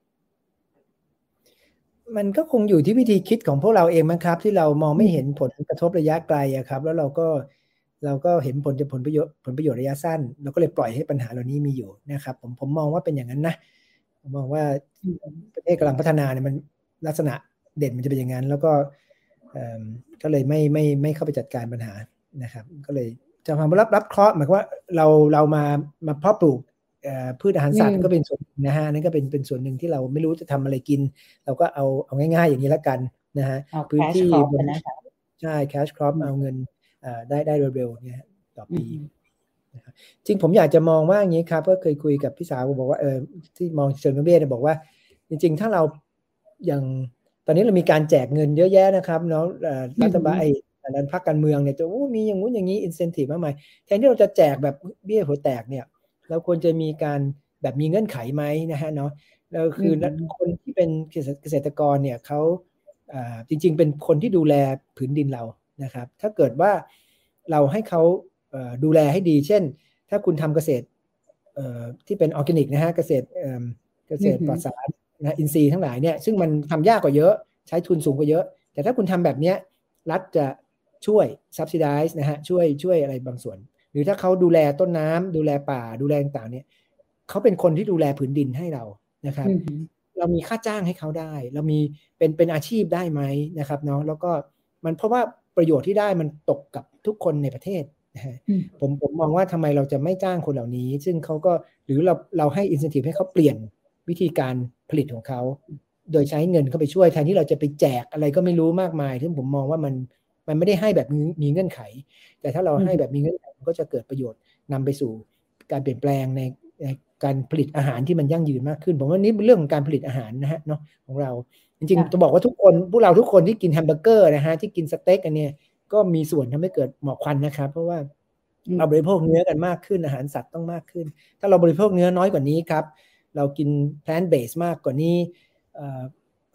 มันก็คงอยู่ที่วิธีคิดของพวกเราเองมั้งครับที่เรามองไม่เห็นผลกระทบระยะไกลอะครับแล้วเราก็เห็นผลประโยชน์ระยะสั้นเราก็เลยปล่อยให้ปัญหาเหล่านี้มีอยู่นะครับผมมองว่าเป็นอย่างนั้นนะผมมองว่าประเทศกำลังพัฒนาเนี่ยมันลักษณะเด่นมันจะเป็นอย่างนั้นแล้วก็เลยไม่เข้าไปจัดการปัญหานะครับก็เลยจะทำรับเคราะห์หมายความว่าเรามาเพาะปลูกพืชอาหารสัตว์ก็เป็นส่วนนะฮะนั่นก็เป็นส่วนหนึ่งที่เราไม่รู้จะทำอะไรกินเราก็เอาง่ายๆอย่างนี้แล้วกันนะฮะพื้นที่ใช่ cash crop เอาเงินได้เร็วๆเนี่ยต่อปีจริงผมอยากจะมองว่าอย่างนี้ครับก็เคยคุยกับพี่สาวบอกว่าที่มองเชิงนโยบายเนี่ยบอกว่าจริงๆถ้าเราอย่างตอนนี้เรามีการแจกเงินเยอะแยะนะครับเนาะรัฐบาลด้านพรรคการเมืองเนี่ยจะมีอย่างงู้นอย่างนี้ incentive มากมายแทนที่เราจะแจกแบบเบี้ยหัวแตกเนี่ยเราควรจะมีการแบบมีเงื่อนไขไหมนะฮะเนาะแล้วคือคนที่เป็นเกษตรกรเนี่ยเขาจริงๆเป็นคนที่ดูแลผืนดินเรานะครับถ้าเกิดว่าเราให้เขาดูแลให้ดีเช่นถ้าคุณทำเกษตรที่เป็นออร์แกนิกนะฮะเกษตรปลอดสารนะอินทรีย์ทั้งหลายเนี่ยซึ่งมันทำยากกว่าเยอะใช้ทุนสูงกว่าเยอะแต่ถ้าคุณทำแบบนี้รัฐจะช่วย subsidize นะฮะช่วยอะไรบางส่วนหรือถ้าเขาดูแลต้นน้ำดูแลป่าดูแลต่างๆเนี่ยเขาเป็นคนที่ดูแลผืนดินให้เรานะครับเรามีค่าจ้างให้เขาได้เรามีเป็นอาชีพได้ไหมนะครับเนาะแล้วก็มันเพราะว่าประโยชน์ที่ได้มันตกกับทุกคนในประเทศผมมองว่าทำไมเราจะไม่จ้างคนเหล่านี้ซึ่งเขาก็หรือเราให้ incentive ให้เขาเปลี่ยนวิธีการผลิตของเขาโดยใช้เงินเข้าไปช่วยแทนที่เราจะไปแจกอะไรก็ไม่รู้มากมายซึ่งผมมองว่ามันไม่ได้ให้แบบมีเงื่อนไขแต่ถ้าเราให้แบบมีเงื่อนไขมันก็จะเกิดประโยชน์นำไปสู่การเปลี่ยนแปลงในการผลิตอาหารที่มันยั่งยืนมากขึ้นผมว่านี่เป็นเรื่องของการผลิตอาหารนะฮะเนาะของเราจริงๆจะบอกว่าพวกเราทุกคนที่กินแฮมเบอร์เกอร์นะฮะที่กินสเต็กอันนี้ก็มีส่วนทำให้เกิดหมอกควันนะครับเพราะว่าเราบริโภคเนื้อกันมากขึ้นอาหารสัตว์ต้องมากขึ้นถ้าเราบริโภคเนื้อน้อยกว่านี้ครับเรากิน plant based มากกว่านี้ก็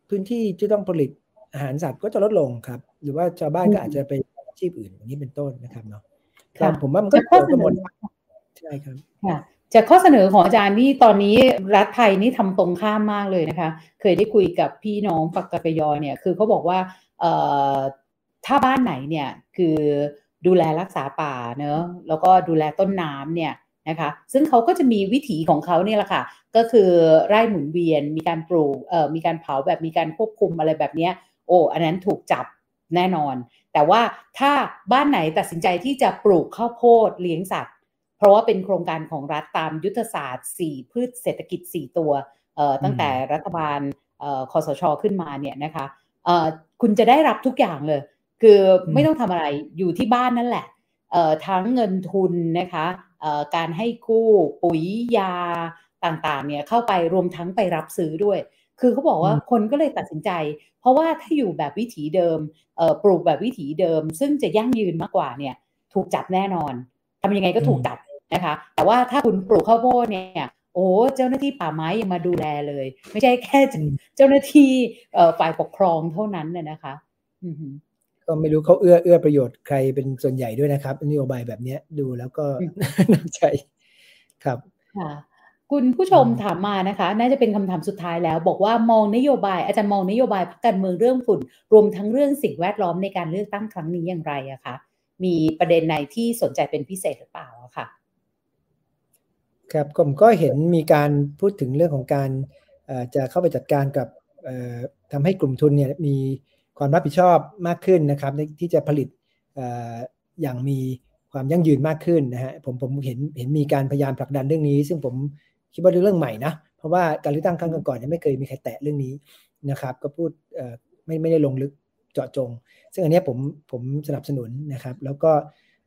พื้นที่ที่ต้องผลิตอาหารสัตว์ก็จะลดลงครับหรือว่าชาวบ้านก็อาจจะไปอาชีพอื่นอย่างนี้เป็นต้นนะครับเนาะก็ผมว่ามันก็เกิดกระบวนการใช่ครับจากข้อเสนอของอาจารย์นี่ตอนนี้รัฐไทยนี่ทำตรงข้ามมากเลยนะคะเคยได้คุยกับพี่น้องปากกยอเนี่ยคือเขาบอกว่าถ้าบ้านไหนเนี่ยคือดูแลรักษาป่าเนอะแล้วก็ดูแลต้นน้ำเนี่ยนะคะซึ่งเขาก็จะมีวิถีของเขาเนี่ยแหละค่ะก็คือไร่หมุนเวียนมีการปลูกมีการเผาแบบมีการควบคุมอะไรแบบนี้โอ้อันนั้นถูกจับแน่นอนแต่ว่าถ้าบ้านไหนตัดสินใจที่จะปลูกข้าวโพดเลี้ยงสัตว์เพราะว่าเป็นโครงการของรัฐตามยุทธศาสตร์4พืชเศรษฐกิจ4ตัวตั้งแต่รัฐบาลคสช.ขึ้นมาเนี่ยนะคะคุณจะได้รับทุกอย่างเลยคือไม่ต้องทำอะไรอยู่ที่บ้านนั่นแหละทั้งเงินทุนนะคะการให้กู้ปุ๋ยยาต่างๆเนี่ยเข้าไปรวมทั้งไปรับซื้อด้วยคือเขาบอกว่าคนก็เลยตัดสินใจเพราะว่าถ้าอยู่แบบวิถีเดิมปลูกแบบวิถีเดิมซึ่งจะยั่งยืนมากกว่าเนี่ยถูกจับแน่นอนทำยังไงก็ถูกจับนะคะแต่ว่าถ้าคุณปลูกข้าวโพดเนี่ยโอ้เจ้าหน้าที่ป่าไม้ยังมาดูแลเลยไม่ใช่แค่เจ้าหน้าที่ฝ่ายปกครองเท่านั้นนะคะก็ไม่รู้เขาเอื้อประโยชน์ใครเป็นส่วนใหญ่ด้วยนะครับนโยบายแบบนี้ดูแล้วก็น่าใจครับค่ะคุณผู้ชมถามมานะคะน่าจะเป็นคำถามสุดท้ายแล้วบอกว่ามองนโยบายอาจารย์มองนโยบายพรรคการเมืองเรื่องฝุ่นรวมทั้งเรื่องสิ่งแวดล้อมในการเลือกตั้งครั้งนี้อย่างไรอะคะมีประเด็นไหนที่สนใจเป็นพิเศษหรือเปล่าค่ะครับผมก็เห็นมีการพูดถึงเรื่องของการจะเข้าไปจัดการกับทำให้กลุ่มทุนเนี่ยมีความรับผิดชอบมากขึ้นนะครับที่จะผลิตอย่างมีความยั่งยืนมากขึ้นนะฮะผมเห็นมีการพยายามผลักดันเรื่องนี้ซึ่งผมคิดว่าเรื่องใหม่นะเพราะว่าการเลือกตั้งครั้งก่อนๆไม่เคยมีใครแตะเรื่องนี้นะครับก็พูดไม่ได้ลงลึกเจาะจงซึ่งอันนี้ผมสนับสนุนนะครับแล้วก็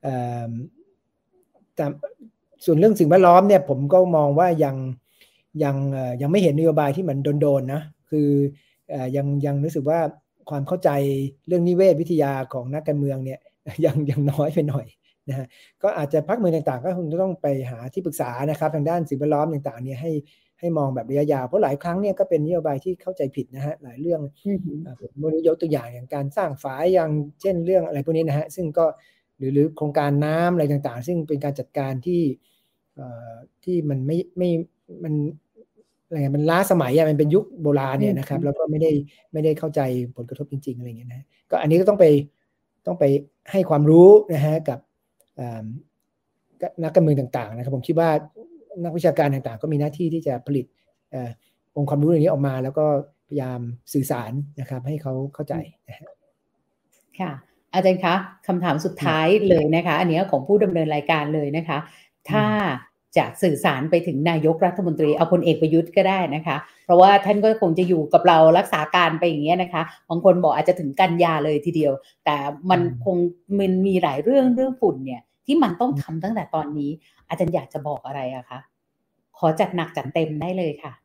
ส่วนเรื่องสิ่งแวดล้อมเนี่ยผมก็มองว่ายังไม่เห็นนโยบายที่เหมือนโดนๆนะคือยังรู้สึกว่าความเข้าใจเรื่องนิเวศวิทยาของนักการเมืองเนี่ยยังน้อยไปหน่อยนะฮะก็อาจจะพรรคเมืองต่างๆก็คงจะต้องไปหาที่ปรึกษานะครับทางด้านสิ่งแวดล้อมต่างๆเนี่ยให้มองแบบระยะยาวเพราะหลายครั้งเนี่ยก็เป็นนโยบายที่เข้าใจผิดนะฮะหลายเรื่องผมไม่รู้ยกตัวอย่างการสร้างฝายอย่างเช่นเรื่องอะไรพวกนี้นะฮะซึ่งก็หรือโครงการน้ำอะไรต่างๆซึ่งเป็นการจัดการที่มันมันอะไรมันล้าสมัยมันเป็นยุคโบราณเนี่ยนะครับแล้วก็ไม่ได้เข้าใจผลกระทบจริงๆอะไรเงี้ยนะก็อันนี้ก็ต้องไปให้ความรู้นะฮะกับนักการเมืองต่างๆนะครับผมคิดว่านักวิชาการต่างๆก็มีหน้าที่ที่จะผลิตองค์ความรู้อย่างนี้ออกมาแล้วก็พยายามสื่อสารนะครับให้เขาเข้าใจนะฮะค่ะอาจารย์คะคำถามสุดท้ายเลยนะคะอันนี้ของผู้ดำเนินรายการเลยนะคะถ้าจะสื่อสารไปถึงนายกรัฐมนตรีเอาพลเอกประยุทธ์ก็ได้นะคะเพราะว่าท่านก็คงจะอยู่กับเรารักษาการไปอย่างเงี้ยนะคะบางคนบอกอาจจะถึงกันยาเลยทีเดียวแต่มันคงมันมีหลายเรื่องฝุ่นเนี่ยที่มันต้องทำตั้งแต่ตอนนี้อาจารย์อยากจะบอกอะไรอะคะขอจัดหนักจัดเต็มได้เลยค่ะ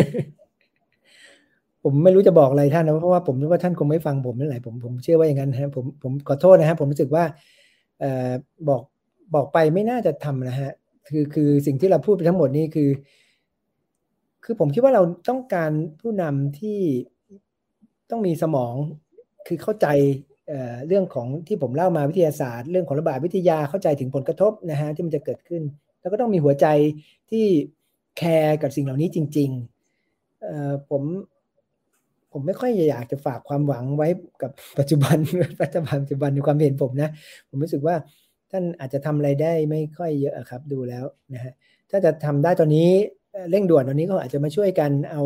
ผมไม่รู้จะบอกอะไรท่านนะเพราะว่าผมรู้ว่าท่านคงไม่ฟังผมนั่นแหละผมเชื่อว่าอย่างนั้นนะผมขอโทษนะฮะผมรู้สึกว่าบอกไปไม่น่าจะทำนะฮะคือสิ่งที่เราพูดไปทั้งหมดนี้คือผมคิดว่าเราต้องการผู้นำที่ต้องมีสมองคือเข้าใจเรื่องของที่ผมเล่ามาวิทยาศาสตร์เรื่องของระบาดวิทยาเข้าใจถึงผลกระทบนะฮะที่มันจะเกิดขึ้นแล้วก็ต้องมีหัวใจที่แคร์กับสิ่งเหล่านี้จริงผมไม่ค่อยอยากจะฝากความหวังไว้กับปัจจุบันรัฐบาลปัจจุบันในความเห็นผมนะผมรู้สึกว่าท่านอาจจะทำอะไรได้ไม่ค่อยเยอะครับดูแล้วนะฮะถ้าจะทำได้ตอนนี้เร่งด่วนตอนนี้ก็อาจจะมาช่วยกันเอา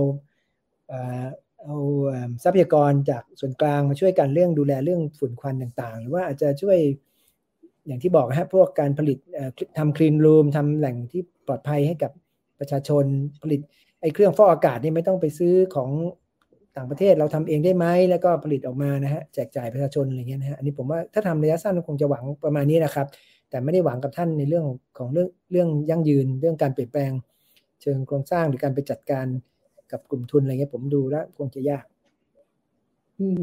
ทรัพยากรจากส่วนกลางมาช่วยกันเรื่องดูแลเรื่องฝุ่นควันต่างๆหรือว่าอาจจะช่วยอย่างที่บอกฮะพวกการผลิตทำคลีนรูมทำแหล่งที่ปลอดภัยให้กับประชาชนผลิตเครื่องฟอกอากาศนี่ไม่ต้องไปซื้อของต่างประเทศเราทำเองได้ไหมแล้วก็ผลิตออกมานะฮะแจกจ่ายประชาชนอะไรเงี้ยนะฮะอันนี้ผมว่าถ้าทำระยะสั้นคงจะหวังประมาณนี้นะครับแต่ไม่ได้หวังกับท่านในเรื่องของเรื่องยั่งยืนเรื่องการเปลี่ยนแปลงเชิงโครงสร้างหรือการไปจัดการกับกลุ่มทุนอะไรเงี้ยผมดูแล้วคงจะยาก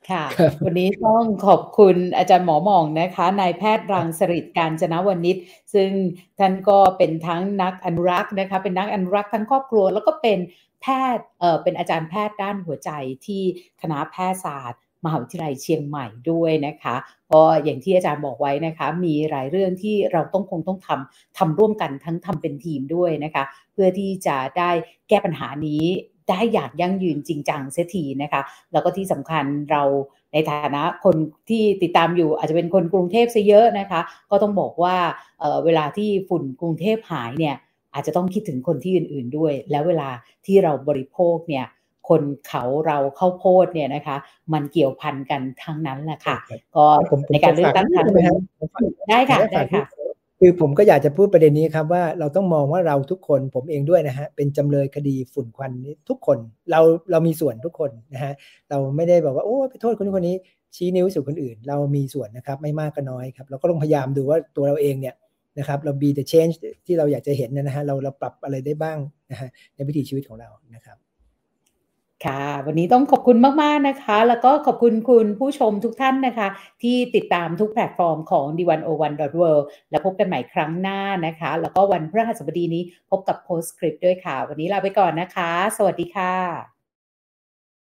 ค่ะวันนี้ต้องขอบคุณอาจารย์หมอหม่องนะคะนายแพทย์รังสฤทธิ์กาญจนวณิชซึ่งท่านก็เป็นทั้งนักอนุรักษ์นะคะเป็นนักอนุรักษ์ทั้งครอบครัวแล้วก็เป็นแพทย์เป็นอาจารย์แพทย์ด้านหัวใจที่คณะแพทยศาสตร์มหาวิทยาลัยเชียงใหม่ด้วยนะคะก็อย่างที่อาจารย์บอกไว้นะคะมีหลายเรื่องที่เราต้องทำร่วมกันทั้งทำเป็นทีมด้วยนะคะเพื่อที่จะได้แก้ปัญหานี้ได้อย่างยั่งยืนจริงจังเสียทีนะคะแล้วก็ที่สำคัญเราในฐานะคนที่ติดตามอยู่อาจจะเป็นคนกรุงเทพซะเยอะนะคะก็ต้องบอกว่าเวลาที่ฝุ่นกรุงเทพหายเนี่ยอาจจะต้องคิดถึงคนที่อื่นๆด้วยแล้วเวลาที่เราบริโภคเนี่ยคนเขาเราข้าวโพดเนี่ยนะคะมันเกี่ยวพันกันทั้งนั้นแหละค่ะก็ในการเลือกตั้งครั้งนี้ได้ค่ะคือผมก็อยากจะพูดประเด็นนี้ครับว่าเราต้องมองว่าเราทุกคนผมเองด้วยนะฮะเป็นจำเลยคดีฝุ่นควันนี้ทุกคนเรามีส่วนทุกคนนะฮะเราไม่ได้บอกว่าโอ้ไปโทษคนนี้ชี้นิ้วสู่คนอื่นเรามีส่วนนะครับไม่มากก็น้อยครับเราก็ต้องพยายามดูว่าตัวเราเองเนี่ยนะครับเรา be the change ที่เราอยากจะเห็นนะฮะเราปรับอะไรได้บ้างนะฮะในวิถีชีวิตของเรานะครับค่ะวันนี้ต้องขอบคุณมากๆนะคะแล้วก็ขอบคุณคุณผู้ชมทุกท่านนะคะที่ติดตามทุกแพลตฟอร์มของ d101.world แล้วพบกันใหม่ครั้งหน้านะคะแล้วก็วันพฤหัสบดีนี้พบกับ Postscript ด้วยค่ะวันนี้ลาไปก่อนนะคะสวัสดีค่ะ